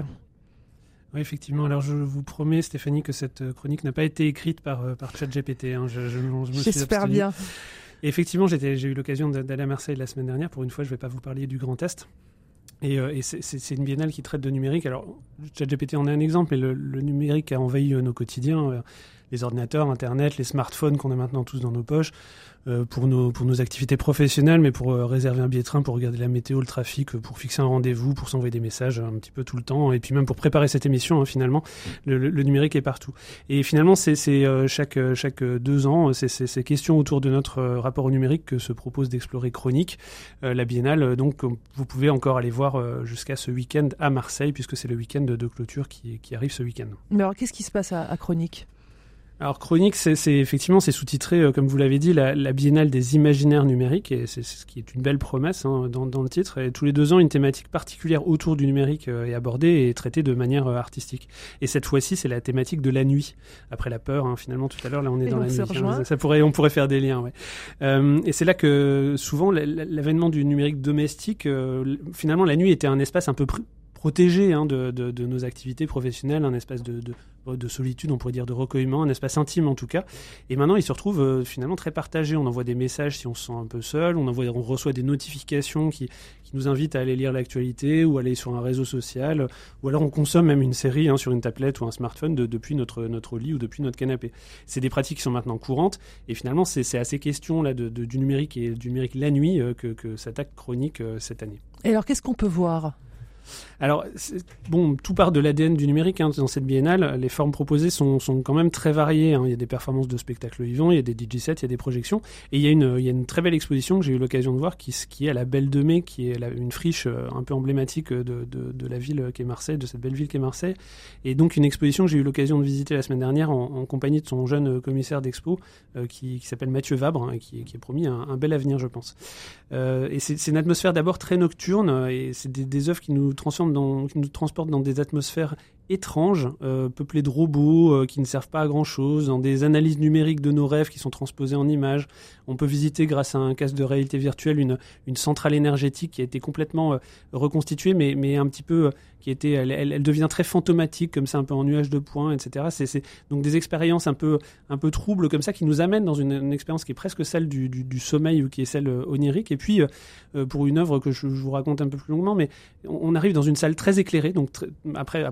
Oui, effectivement. Alors, je vous promets, Stéphanie, que cette chronique n'a pas été écrite par, par ChatGPT. Hein. Je, je, je me suis J'espère abstenu. bien. Et effectivement, j'étais, j'ai eu l'occasion d'aller à Marseille la semaine dernière. Pour une fois, je ne vais pas vous parler du Grand Est. Et, euh, et c'est, c'est une biennale qui traite de numérique. Alors, ChatGPT en est un exemple, mais le, le numérique a envahi nos quotidiens. Euh, les ordinateurs, Internet, les smartphones qu'on a maintenant tous dans nos poches, euh, pour, nos, pour nos activités professionnelles, mais pour euh, réserver un billet de train, pour regarder la météo, le trafic, euh, pour fixer un rendez-vous, pour s'envoyer des messages un petit peu tout le temps, et puis même pour préparer cette émission, hein, finalement, le, le, le numérique est partout. Et finalement, c'est, c'est euh, chaque, chaque deux ans, c'est ces questions autour de notre euh, rapport au numérique que se propose d'explorer Chronique, euh, la biennale. Euh, donc, vous pouvez encore aller voir euh, jusqu'à ce week-end à Marseille, puisque c'est le week-end de, de clôture qui, qui arrive ce week-end. Mais alors, qu'est-ce qui se passe à, à Chronique ? Alors Chronique, c'est, c'est effectivement c'est sous-titré, euh, comme vous l'avez dit, la, la biennale des imaginaires numériques, et c'est, c'est ce qui est une belle promesse hein, dans, dans le titre. Et tous les deux ans, une thématique particulière autour du numérique euh, est abordée et traitée de manière euh, artistique. Et cette fois-ci, c'est la thématique de la nuit. Après la peur, hein, finalement, tout à l'heure, là, on est et dans on la nuit. Hein, ça pourrait, on pourrait faire des liens. Ouais. Euh, et c'est là que souvent l'avènement du numérique domestique, euh, finalement, la nuit était un espace un peu pr- protégé hein, de, de, de nos activités professionnelles, un espace de, de de solitude, on pourrait dire de recueillement, un espace intime en tout cas. Et maintenant, il se retrouve euh, finalement très partagé. On envoie des messages si on se sent un peu seul, on, envoie, on reçoit des notifications qui, qui nous invitent à aller lire l'actualité ou aller sur un réseau social, ou alors on consomme même une série hein, sur une tablette ou un smartphone de, depuis notre, notre lit ou depuis notre canapé. C'est des pratiques qui sont maintenant courantes, et finalement, c'est, c'est à ces questions-là de, de, du numérique et du numérique la nuit euh, que, que s'attaque Chronique euh, cette année. Et alors, qu'est-ce qu'on peut voir ? Alors, bon, tout part de l'A D N du numérique hein, dans cette biennale. Les formes proposées sont, sont quand même très variées. Hein. Il y a des performances de spectacles vivants, il y a des D J sets, il y a des projections. Et il y a une, il y a une très belle exposition que j'ai eu l'occasion de voir qui, qui est à la Belle de Mai, qui est la, une friche un peu emblématique de, de, de la ville qu'est Marseille, de cette belle ville qu'est Marseille. Et donc une exposition que j'ai eu l'occasion de visiter la semaine dernière en, en compagnie de son jeune commissaire d'expo euh, qui, qui s'appelle Mathieu Vabre, hein, qui, qui a promis un, un bel avenir, je pense. Euh, et c'est, c'est une atmosphère d'abord très nocturne, et c'est des, des œuvres qui nous transforment dans, qui nous transportent dans des atmosphères étranges, euh, peuplées de robots euh, qui ne servent pas à grand-chose, dans des analyses numériques de nos rêves qui sont transposées en images. On peut visiter, grâce à un casque de réalité virtuelle, une, une centrale énergétique qui a été complètement euh, reconstituée, mais, mais un petit peu, euh, qui était, elle, elle, elle devient très fantomatique, comme ça, un peu en nuage de points, et cetera. C'est, c'est donc des expériences un peu, un peu troubles, comme ça, qui nous amènent dans une, une expérience qui est presque celle du, du, du sommeil, ou qui est celle euh, onirique. Et puis, euh, pour une œuvre que je, je vous raconte un peu plus longuement, mais on, on arrive dans une salle très éclairée, donc très, après, après ce passage,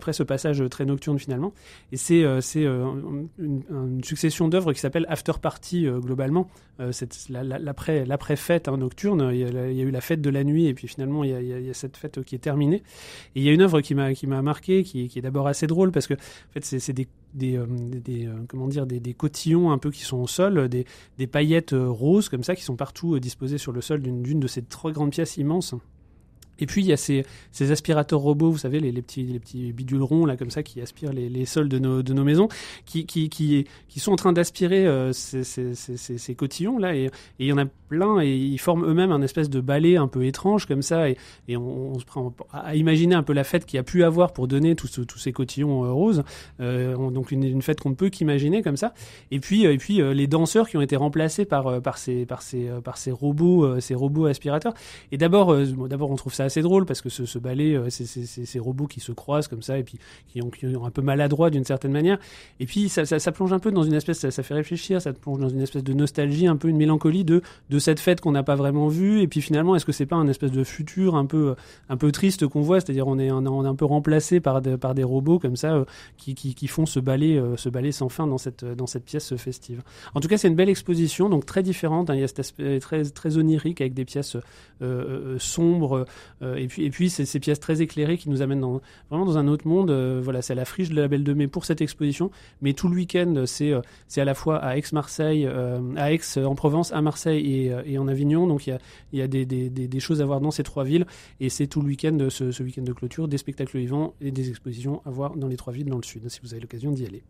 passage très nocturne finalement. Et c'est, euh, c'est euh, une, une succession d'œuvres qui s'appelle After Party euh, globalement. Euh, c'est la, la, l'après, l'après-fête hein, nocturne. Il y, a, il y a eu la fête de la nuit et puis finalement il y a, il y a, il y a cette fête qui est terminée. Et il y a une œuvre qui m'a, qui m'a marqué, qui, qui est d'abord assez drôle parce que en fait c'est, c'est des, des, euh, des, euh, comment dire, des, des cotillons un peu qui sont au sol, des, des paillettes euh, roses comme ça qui sont partout euh, disposées sur le sol d'une, d'une de ces trois grandes pièces immenses. Et puis il y a ces, ces aspirateurs robots, vous savez, les, les petits les petits bidules ronds là comme ça qui aspirent les, les sols de nos de nos maisons, qui qui qui qui sont en train d'aspirer euh, ces, ces, ces, ces, ces cotillons là, et, et il y en a plein et ils forment eux-mêmes un espèce de balai un peu étrange comme ça, et, et on, on se prend à imaginer un peu la fête qu'il y a pu avoir pour donner tous tous ces cotillons euh, roses, euh, on, donc une, une fête qu'on ne peut qu'imaginer comme ça. Et puis et puis euh, les danseurs qui ont été remplacés par euh, par ces par ces euh, par ces robots euh, ces robots aspirateurs. Et d'abord euh, bon, d'abord on trouve ça assez drôle parce que ce, ce balai, euh, c'est, c'est, c'est ces robots qui se croisent comme ça et puis qui ont, qui ont un peu maladroit d'une certaine manière. Et puis ça, ça, ça plonge un peu dans une espèce, ça, ça fait réfléchir, ça te plonge dans une espèce de nostalgie, un peu une mélancolie de de cette fête qu'on n'a pas vraiment vue. Et puis finalement, est-ce que c'est pas un espèce de futur un peu un peu triste qu'on voit, c'est-à-dire on est on, on est un peu remplacé par de, par des robots comme ça euh, qui, qui qui font ce balai euh, ce balai sans fin dans cette dans cette pièce festive. En tout cas, c'est une belle exposition, donc très différente. Hein, il y a cet aspect très très onirique avec des pièces euh, euh, sombres. Euh, et puis, et puis c'est ces pièces très éclairées qui nous amènent dans, vraiment dans un autre monde. Euh, voilà, c'est à la Friche de la Belle de Mai pour cette exposition. Mais tout le week-end, c'est, euh, c'est à la fois à Aix-Marseille, euh, à Aix en Provence, à Marseille et, euh, et en Avignon. Donc il y a, il y a des, des, des, des choses à voir dans ces trois villes. Et c'est tout le week-end, ce, ce week-end de clôture, des spectacles vivants et des expositions à voir dans les trois villes dans le sud, si vous avez l'occasion d'y aller.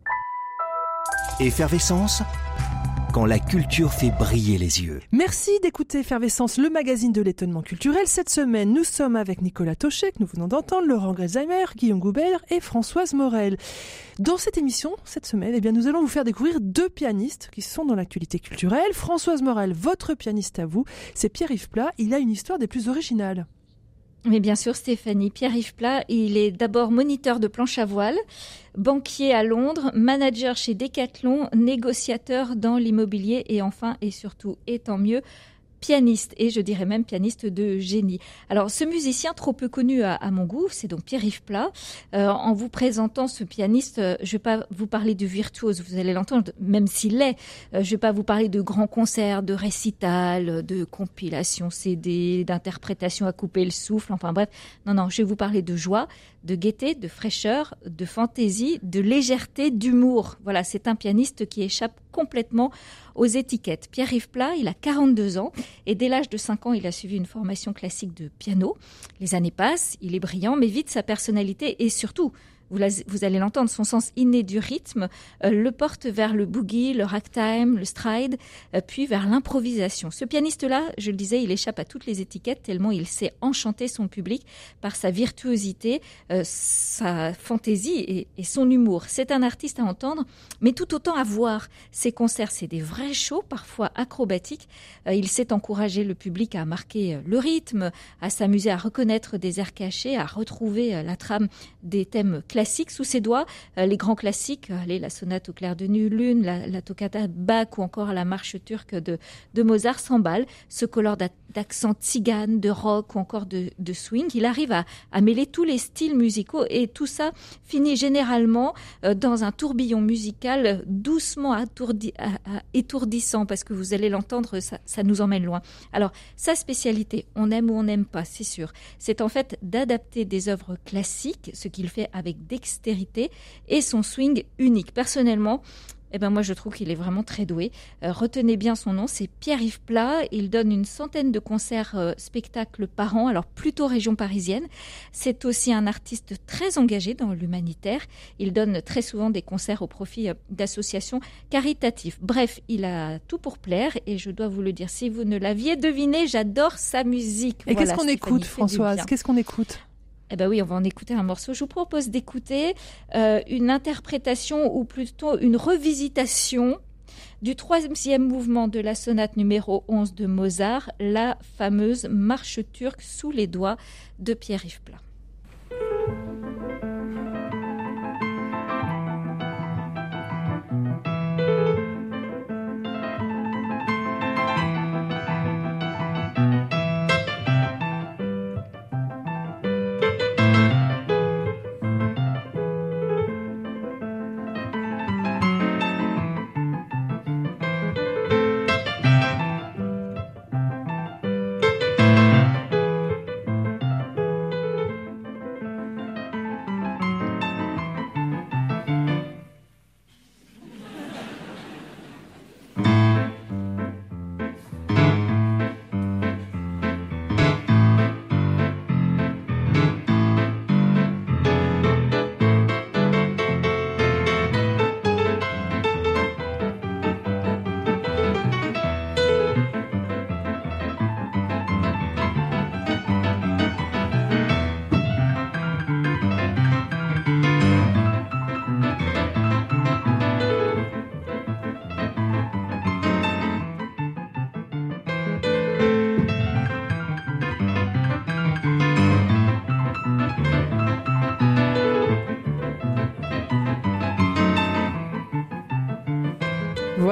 Effervescence, quand la culture fait briller les yeux. Merci d'écouter Effervescence, le magazine de l'étonnement culturel. Cette semaine, nous sommes avec Nicolas Tauchet, que nous venons d'entendre, Laurent Gresheimer, Guillaume Goubert et Françoise Morel. Dans cette émission, cette semaine, eh bien, nous allons vous faire découvrir deux pianistes qui sont dans l'actualité culturelle. Françoise Morel, votre pianiste à vous, c'est Pierre-Yves Plat. Il a une histoire des plus originales. Mais bien sûr, Stéphanie, Pierre-Yves Plat, il est d'abord moniteur de planche à voile, banquier à Londres, manager chez Decathlon, négociateur dans l'immobilier et enfin, et surtout, et tant mieux, pianiste, et je dirais même pianiste de génie. Alors, ce musicien trop peu connu à, à mon goût, c'est donc Pierre-Yves Plat. Euh, en vous présentant ce pianiste, euh, je ne vais pas vous parler de virtuose, vous allez l'entendre, même s'il l'est. Euh, je ne vais pas vous parler de grands concerts, de récitals, de compilations C D, d'interprétations à couper le souffle, enfin bref. Non, non, je vais vous parler de joie, de gaieté, de fraîcheur, de fantaisie, de légèreté, d'humour. Voilà, c'est un pianiste qui échappe complètement aux étiquettes. Pierre-Yves Plat, il a quarante-deux ans et dès l'âge de cinq ans, il a suivi une formation classique de piano. Les années passent, il est brillant, mais vite sa personnalité et surtout, vous, la, vous allez l'entendre, son sens inné du rythme euh, le porte vers le boogie, le ragtime, le stride, euh, puis vers l'improvisation. Ce pianiste-là, je le disais, il échappe à toutes les étiquettes tellement il sait enchanter son public par sa virtuosité, euh, sa fantaisie et, et son humour. C'est un artiste à entendre, mais tout autant à voir. Ses concerts, c'est des vrais shows, parfois acrobatiques. Euh, il sait encourager le public à marquer le rythme, à s'amuser à reconnaître des airs cachés, à retrouver euh, la trame des thèmes classiques sous ses doigts, euh, les grands classiques, euh, allez, la sonate au clair de lune, la, la toccata Bach ou encore la marche turque de, de Mozart s'emballe, ce colore d'accent tzigane, de rock ou encore de, de swing. Il arrive à, à mêler tous les styles musicaux et tout ça finit généralement euh, dans un tourbillon musical doucement attourdi, à, à, étourdissant parce que vous allez l'entendre, ça, ça nous emmène loin. Alors, sa spécialité, on aime ou on n'aime pas, c'est sûr, c'est en fait d'adapter des œuvres classiques, ce qu'il fait avec dextérité et son swing unique. Personnellement, eh ben moi je trouve qu'il est vraiment très doué. Euh, retenez bien son nom, c'est Pierre-Yves Plat. Il donne une centaine de concerts euh, spectacles par an, alors plutôt région parisienne. C'est aussi un artiste très engagé dans l'humanitaire. Il donne très souvent des concerts au profit euh, d'associations caritatives. Bref, il a tout pour plaire et je dois vous le dire, si vous ne l'aviez deviné, j'adore sa musique. Et voilà, qu'est-ce qu'on Stéphanie, écoute, Françoise? Qu'est-ce qu'on écoute? Eh ben oui, on va en écouter un morceau. Je vous propose d'écouter euh, une interprétation ou plutôt une revisitation du troisième mouvement de la sonate numéro onze de Mozart, la fameuse marche turque sous les doigts de Pierre-Yves Plat.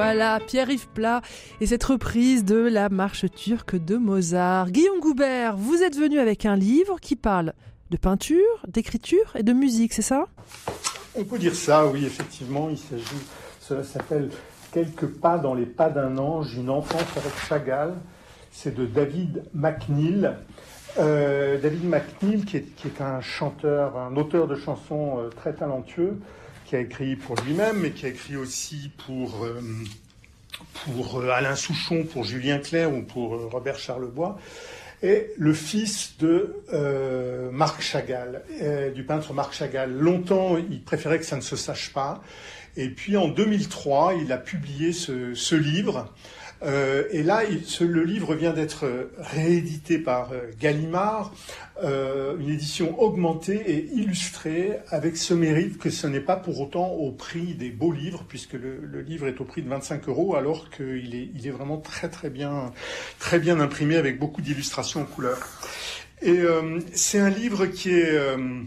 Voilà, Pierre-Yves Plat et cette reprise de la marche turque de Mozart. Guillaume Goubert, vous êtes venu avec un livre qui parle de peinture, d'écriture et de musique, c'est ça ? On peut dire ça, oui, effectivement. Il s'agit, cela s'appelle « Quelques pas dans les pas d'un ange, une enfance avec Chagall ». C'est de David McNeill. Euh, David McNeill, qui est, qui est un chanteur, un auteur de chansons euh, très talentueux, qui a écrit pour lui-même, mais qui a écrit aussi pour, euh, pour euh, Alain Souchon, pour Julien Clerc ou pour euh, Robert Charlebois, est le fils de euh, Marc Chagall, euh, du peintre Marc Chagall. Longtemps, il préférait que ça ne se sache pas. Et puis en deux mille trois, il a publié ce, ce livre. Euh, et là, il, ce, le livre vient d'être réédité par euh, Gallimard, euh, une édition augmentée et illustrée, avec ce mérite que ce n'est pas pour autant au prix des beaux livres, puisque le, le livre est au prix de vingt-cinq euros, alors qu'il est, il est vraiment très très bien, très bien imprimé, avec beaucoup d'illustrations en couleur. Et euh, c'est un livre qui est, euh,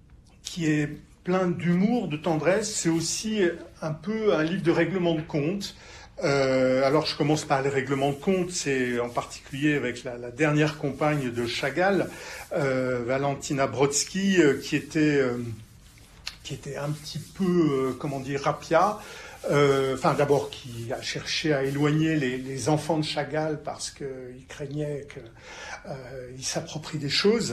qui est plein d'humour, de tendresse. C'est aussi un peu un livre de règlement de compte. Euh, alors je commence par les règlements de compte, c'est en particulier avec la, la dernière compagne de Chagall, euh, Valentina Brodsky, euh, qui était euh, qui était un petit peu, euh, comment dire, rapia. Euh, enfin d'abord qui a cherché à éloigner les, les enfants de Chagall parce qu'il craignait qu'ils euh, s'approprient des choses.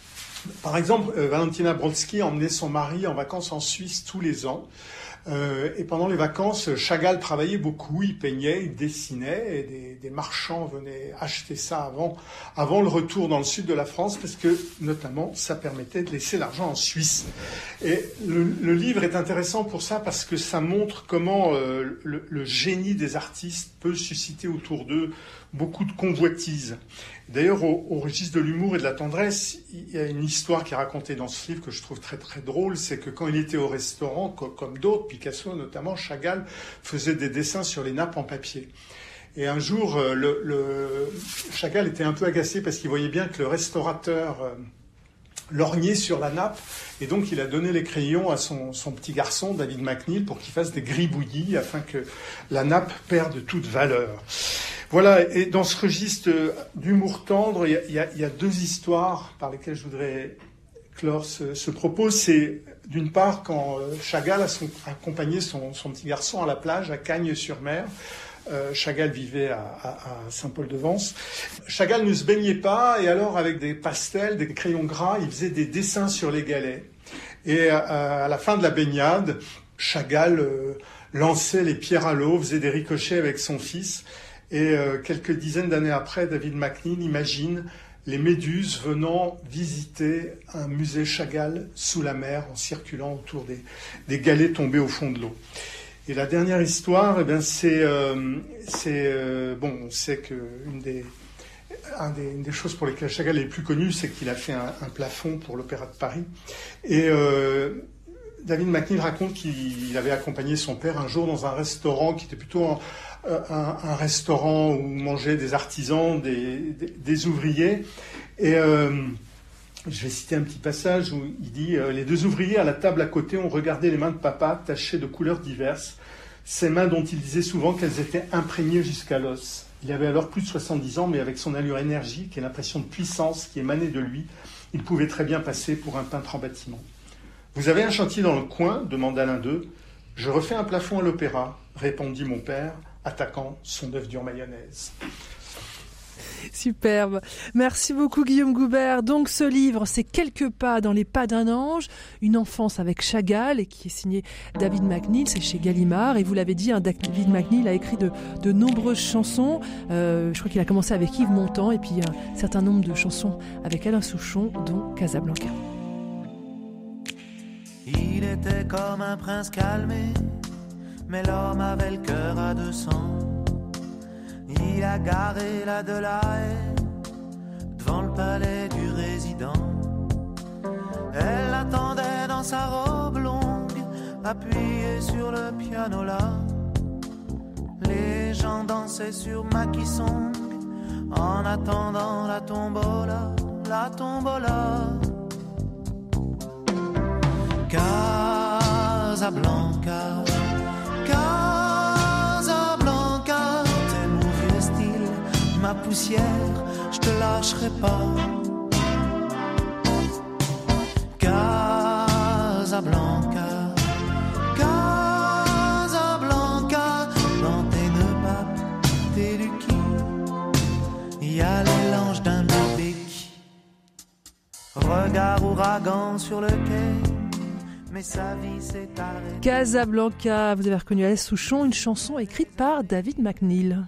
Par exemple, euh, Valentina Brodsky emmenait son mari en vacances en Suisse tous les ans. Euh, et pendant les vacances, Chagall travaillait beaucoup, il peignait, il dessinait, et des, des marchands venaient acheter ça avant, avant le retour dans le sud de la France, parce que, notamment, ça permettait de laisser l'argent en Suisse. Et le, le livre est intéressant pour ça, parce que ça montre comment euh, le, le génie des artistes peut susciter autour d'eux beaucoup de convoitises. D'ailleurs, au, au registre de l'humour et de la tendresse, il y a une histoire qui est racontée dans ce livre que je trouve très très drôle, c'est que quand il était au restaurant, comme, comme d'autres, Picasso notamment, Chagall faisait des dessins sur les nappes en papier. Et un jour, le, le, Chagall était un peu agacé parce qu'il voyait bien que le restaurateur euh, lorgnait sur la nappe, et donc il a donné les crayons à son, son petit garçon, David McNeill, pour qu'il fasse des gribouillis afin que la nappe perde toute valeur. Voilà, et dans ce registre d'humour tendre, il y a, il y a, il y a deux histoires par lesquelles je voudrais clore ce, ce propos. C'est d'une part quand Chagall a son, accompagné son, son petit garçon à la plage, à Cagnes-sur-Mer. Euh, Chagall vivait à, à, à Saint-Paul-de-Vence. Chagall ne se baignait pas, et alors avec des pastels, des crayons gras, il faisait des dessins sur les galets. Et à, à la fin de la baignade, Chagall euh, lançait les pierres à l'eau, faisait des ricochets avec son fils. Et euh, quelques dizaines d'années après, David McNeill imagine les méduses venant visiter un musée Chagall sous la mer en circulant autour des, des galets tombés au fond de l'eau. Et la dernière histoire, eh bien, c'est, euh, c'est euh, bon, on sait que une des, un des, une des choses pour lesquelles Chagall est le plus connu, c'est qu'il a fait un, un plafond pour l'Opéra de Paris. Et euh, David McNeill raconte qu'il avait accompagné son père un jour dans un restaurant qui était plutôt un, un, un restaurant où mangeaient des artisans, des, des, des ouvriers. Et euh, je vais citer un petit passage où il dit euh, « Les deux ouvriers à la table à côté ont regardé les mains de papa tachées de couleurs diverses, ces mains dont il disait souvent qu'elles étaient imprégnées jusqu'à l'os. Il avait alors plus de soixante-dix ans, mais avec son allure énergique et l'impression de puissance qui émanait de lui, il pouvait très bien passer pour un peintre en bâtiment. « Vous avez un chantier dans le coin ?» demanda l'un d'eux. « Je refais un plafond à l'opéra » répondit mon père, attaquant son œuf dure mayonnaise. Superbe. Merci beaucoup Guillaume Goubert. Donc ce livre, c'est Quelques pas dans les pas d'un ange, une enfance avec Chagall, et qui est signé David McNeill, c'est chez Gallimard. Et vous l'avez dit, hein, David McNeill a écrit de, de nombreuses chansons. Euh, je crois qu'il a commencé avec Yves Montand, et puis un certain nombre de chansons avec Alain Souchon, dont Casablanca. Il était comme un prince calmé, mais l'homme avait le cœur à deux cents. Il a garé la de la haie devant le palais du résident. Elle attendait dans sa robe longue, appuyée sur le piano là. Les gens dansaient sur Macky Song en attendant la tombola, la tombola. Casablanca, Casablanca. poussière, je te lâcherai pas. Casablanca, Casablanca, dans tes nœuds papes, tes lucky, il y a les langes d'un bébé. Regard ouragan sur le quai, mais sa vie s'est arrêtée. Casablanca, vous avez reconnu Alès Souchon, une chanson écrite par David McNeill.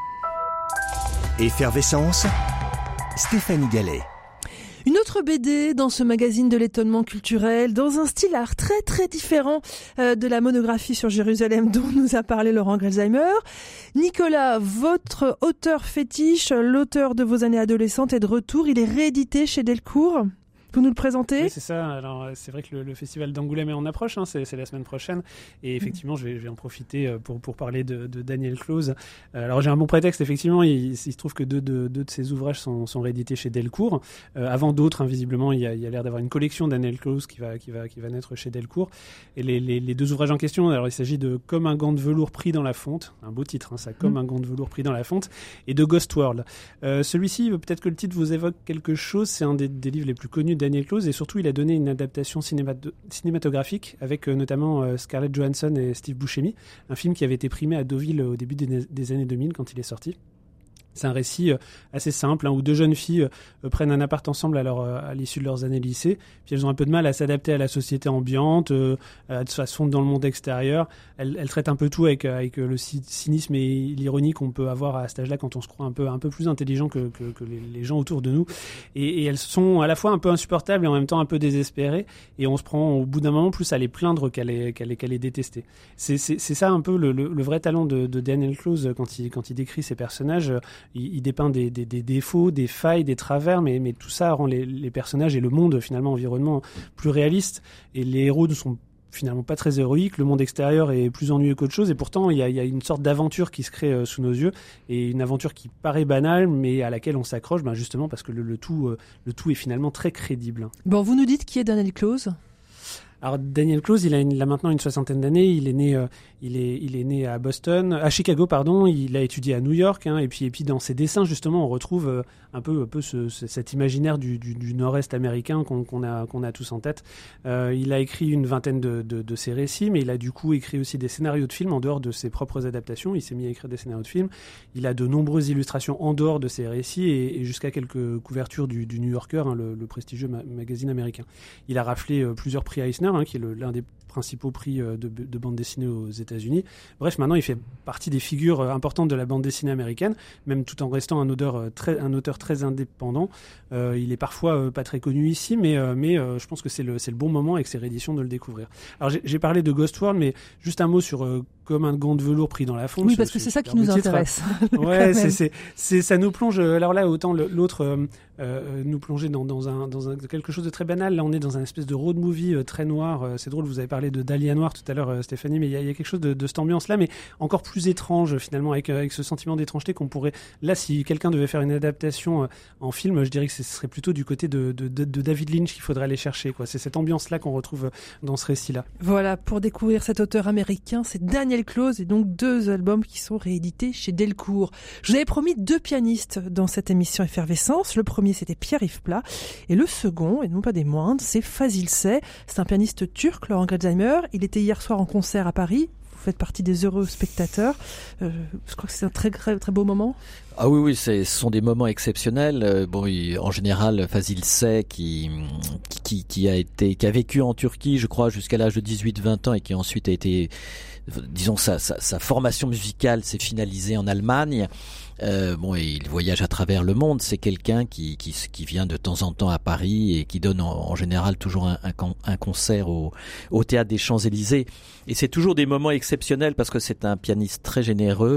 Effervescence, Stéphanie Gallet. Une autre B D dans ce magazine de l'étonnement culturel, dans un style art très très différent euh, de la monographie sur Jérusalem dont nous a parlé Laurent Grelsheimer. Nicolas, votre auteur fétiche, l'auteur de vos années adolescentes est de retour, il est réédité chez Delcourt. Vous nous le présentez ? Oui, c'est ça. Alors, c'est vrai que le, le festival d'Angoulême est en approche, hein, c'est, c'est la semaine prochaine. Et effectivement, je vais, je vais en profiter pour, pour parler de, de Daniel Close. Alors, j'ai un bon prétexte, effectivement. Il, il se trouve que deux, deux, deux de ses ouvrages sont, sont réédités chez Delcourt. Euh, avant d'autres, hein, visiblement, il y, a, il y a l'air d'avoir une collection Daniel Close qui va, qui va, qui va naître chez Delcourt. Et les, les, les deux ouvrages en question, alors, il s'agit de Comme un gant de velours pris dans la fonte. Un beau titre, hein, ça. Comme mmh. un gant de velours pris dans la fonte. Et de Ghost World. Euh, celui-ci, peut-être que le titre vous évoque quelque chose. C'est un des, des livres les plus connus de Daniel Close. Et surtout, il a donné une adaptation cinémat- cinématographique avec euh, notamment euh, Scarlett Johansson et Steve Buscemi, un film qui avait été primé à Deauville au début des, des années deux mille quand il est sorti. C'est un récit euh, assez simple, hein, où deux jeunes filles euh, prennent un appart ensemble à, leur, euh, à l'issue de leurs années lycée, puis elles ont un peu de mal à s'adapter à la société ambiante, euh, à se fondre dans le monde extérieur. Elles, elles traitent un peu tout avec, avec le cynisme et l'ironie qu'on peut avoir à cet âge-là quand on se croit un peu, un peu plus intelligent que, que, que les, les gens autour de nous. Et, et elles sont à la fois un peu insupportables et en même temps un peu désespérées, et on se prend au bout d'un moment plus à les plaindre qu'à les, qu'à les, qu'à les détester. C'est, c'est, c'est ça un peu le, le, le vrai talent de, de Daniel Close quand il, quand il décrit ses personnages. Il, il dépeint des, des, des défauts, des failles, des travers, mais, mais tout ça rend les, les personnages et le monde, finalement, environnement, plus réalistes. Et les héros ne sont finalement pas très héroïques, le monde extérieur est plus ennuyeux qu'autre chose, et pourtant il y a, il y a une sorte d'aventure qui se crée euh, sous nos yeux, et une aventure qui paraît banale, mais à laquelle on s'accroche, ben justement parce que le, le, tout, euh, le tout est finalement très crédible. Bon, vous nous dites qui est Daniel Close ? Alors Daniel Close, il a, une, il a maintenant une soixantaine d'années. Il est né, euh, il est, il est né à Boston, à Chicago, pardon. Il a étudié à New York, hein, et puis, et puis dans ses dessins justement, on retrouve euh, un peu, un peu ce, ce, cet imaginaire du, du, du Nord-Est américain qu'on, qu'on a, qu'on a tous en tête. Euh, il a écrit une vingtaine de, de, de ses récits, mais il a du coup écrit aussi des scénarios de films en dehors de ses propres adaptations. Il s'est mis à écrire des scénarios de films. Il a de nombreuses illustrations en dehors de ses récits, et, et jusqu'à quelques couvertures du, du New Yorker, hein, le, le prestigieux ma- magazine américain. Il a raflé euh, plusieurs prix Eisner, hein, qui est le, l'un des principaux prix de, de bande dessinée aux États-Unis. Bref, maintenant, il fait partie des figures importantes de la bande dessinée américaine, même tout en restant un auteur très, un auteur très indépendant. Euh, il est parfois euh, pas très connu ici, mais, euh, mais euh, je pense que c'est le, c'est le bon moment avec ses rééditions de le découvrir. Alors, j'ai, j'ai parlé de Ghost World, mais juste un mot sur euh, Comme un gant de velours pris dans la fonte. Oui, parce que c'est ça qui nous titre. intéresse. Ouais, c'est, c'est, c'est, ça nous plonge. Alors là, autant l'autre euh, euh, nous plonger dans, dans, un, dans un, quelque chose de très banal. Là, on est dans un espèce de road movie euh, très noir. Euh, c'est drôle, vous avez parlé de Dahlia Noir tout à l'heure, euh, Stéphanie, mais il y, y a quelque chose de, de cette ambiance-là, mais encore plus étrange finalement, avec, avec ce sentiment d'étrangeté qu'on pourrait. Là, si quelqu'un devait faire une adaptation euh, en film, je dirais que ce serait plutôt du côté de, de, de, de David Lynch qu'il faudrait aller chercher, quoi. C'est cette ambiance-là qu'on retrouve dans ce récit-là. Voilà, pour découvrir cet auteur américain, c'est Daniel Close, et donc deux albums qui sont réédités chez Delcourt. Je vous avais promis deux pianistes dans cette émission Effervescence. Le premier, c'était Pierre-Yves Plat, et le second, et non pas des moindres, c'est Fazil Say. C'est un pianiste turc, Laurent Grelsheimer. Il était hier soir en concert à Paris. Vous faites partie des heureux spectateurs. Euh, je crois que c'est un très, très, très beau moment. Ah oui, oui, c'est, ce sont des moments exceptionnels. Euh, bon, il, en général, Fazil Say, qui, qui, qui a été, qui a vécu en Turquie, je crois, jusqu'à l'âge de dix-huit vingt ans, et qui ensuite a été, disons, sa, sa, sa formation musicale s'est finalisée en Allemagne. Euh, bon, et il voyage à travers le monde. C'est quelqu'un qui, qui, qui vient de temps en temps à Paris et qui donne en, en général toujours un, un, un concert au, au Théâtre des Champs-Élysées. Et c'est toujours des moments exceptionnels parce que c'est un pianiste très généreux.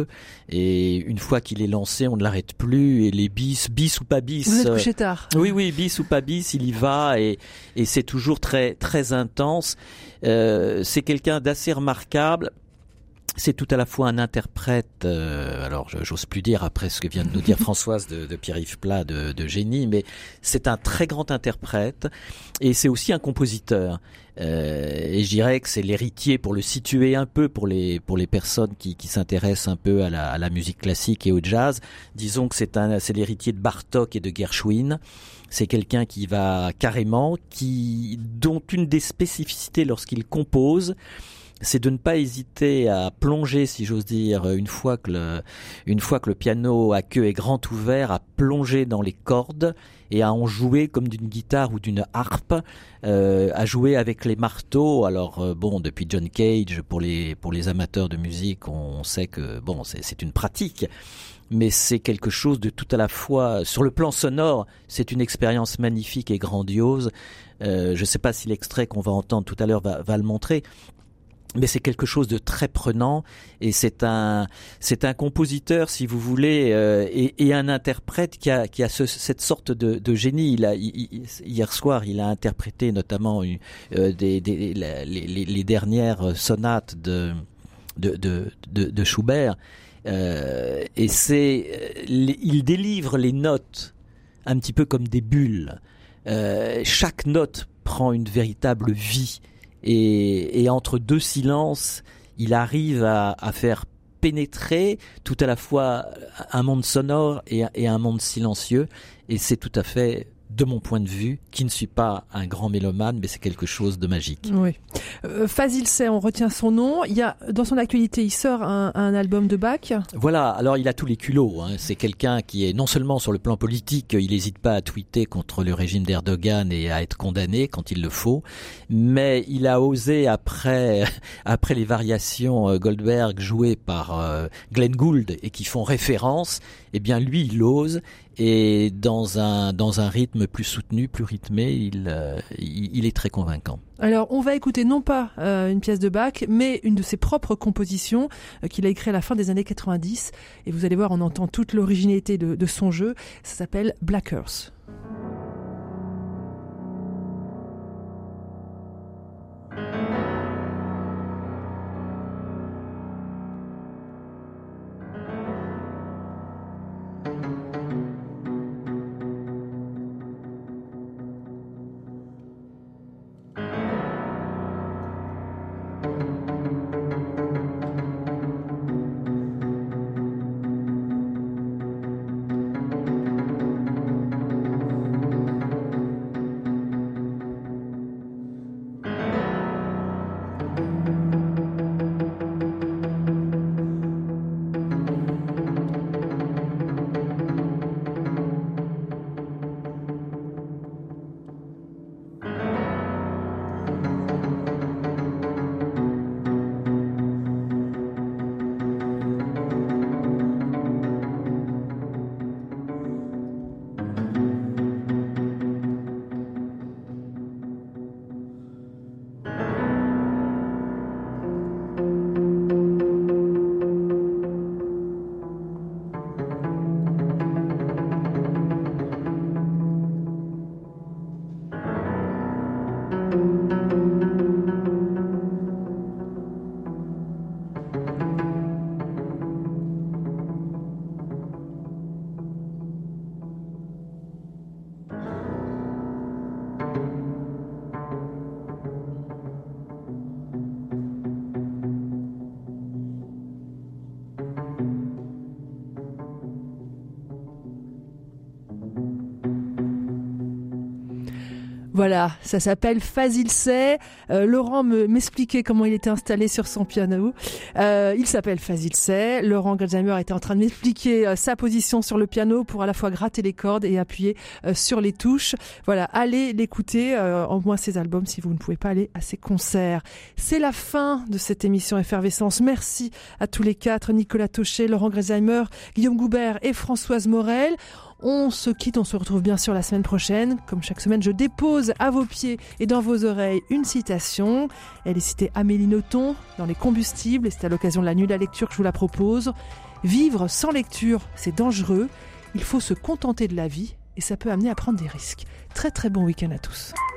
Et une fois qu'il est lancé, on ne l'arrête plus. Et les bis, bis ou pas bis. Vous êtes couché tard. Euh, oui, oui, bis ou pas bis, il y va et, et c'est toujours très, très intense. Euh, c'est quelqu'un d'assez remarquable. c'est tout à la fois un interprète, euh, alors je, j'ose plus dire après ce que vient de nous dire Françoise de, de Pierre-Yves Plat de, de génie, mais c'est un très grand interprète et c'est aussi un compositeur. Euh, et je dirais que c'est l'héritier, pour le situer un peu pour les pour les personnes qui, qui s'intéressent un peu à la, à la musique classique et au jazz. Disons que c'est un c'est l'héritier de Bartók et de Gershwin. C'est quelqu'un qui va carrément, qui dont une des spécificités lorsqu'il compose, c'est de ne pas hésiter à plonger, si j'ose dire, une fois que le, une fois que le piano à queue est grand ouvert, à plonger dans les cordes et à en jouer comme d'une guitare ou d'une harpe, euh, à jouer avec les marteaux. Alors euh, bon, depuis John Cage, pour les pour les amateurs de musique, on sait que bon, c'est, c'est une pratique. Mais c'est quelque chose de tout à la fois, sur le plan sonore, c'est une expérience magnifique et grandiose. Euh, je ne sais pas si l'extrait qu'on va entendre tout à l'heure va, va le montrer. Mais c'est quelque chose de très prenant et c'est un c'est un compositeur, si vous voulez, euh, et, et un interprète qui a qui a ce, cette sorte de, de génie. Il a il, hier soir, il a interprété notamment une, euh, des, des les, les, les dernières sonates de de de de, de Schubert euh, et c'est il délivre les notes un petit peu comme des bulles. Euh, chaque note prend une véritable vie. Et, et entre deux silences, il arrive à, à faire pénétrer tout à la fois un monde sonore et, et un monde silencieux. Et c'est tout à fait, de mon point de vue, qui ne suis pas un grand mélomane, mais c'est quelque chose de magique. Oui. Euh, Fazil Say, on retient son nom. Il y a, dans son actualité, il sort un, un album de Bach. Voilà, alors il a tous les culots. Hein. C'est quelqu'un qui est non seulement sur le plan politique, il n'hésite pas à tweeter contre le régime d'Erdogan et à être condamné quand il le faut, mais il a osé, après, après les variations Goldberg jouées par euh, Glenn Gould et qui font référence, eh bien lui il ose. Et dans un dans un rythme plus soutenu, plus rythmé, il euh, il, il est très convaincant. Alors, on va écouter non pas euh, une pièce de Bach, mais une de ses propres compositions euh, qu'il a écrite à la fin des années quatre-vingt-dix. Et vous allez voir, on entend toute l'originalité de, de son jeu. Ça s'appelle Black Earth. Voilà, ça s'appelle Fazil Say. Euh, Laurent me, m'expliquait comment il était installé sur son piano. Euh, il s'appelle Fazil Say. Laurent Grelsheimer était en train de m'expliquer euh, sa position sur le piano pour à la fois gratter les cordes et appuyer euh, sur les touches. Voilà, allez l'écouter, euh, au moins ses albums si vous ne pouvez pas aller à ses concerts. C'est la fin de cette émission Effervescence. Merci à tous les quatre, Nicolas Taucher, Laurent Grelsheimer, Guillaume Goubert et Françoise Morel. On se quitte, on se retrouve bien sûr la semaine prochaine. Comme chaque semaine, je dépose à vos pieds et dans vos oreilles une citation. Elle est citée Amélie Nothomb dans Les Combustibles et c'est à l'occasion de la nuit de la lecture que je vous la propose. Vivre sans lecture, c'est dangereux. Il faut se contenter de la vie et ça peut amener à prendre des risques. Très très bon week-end à tous.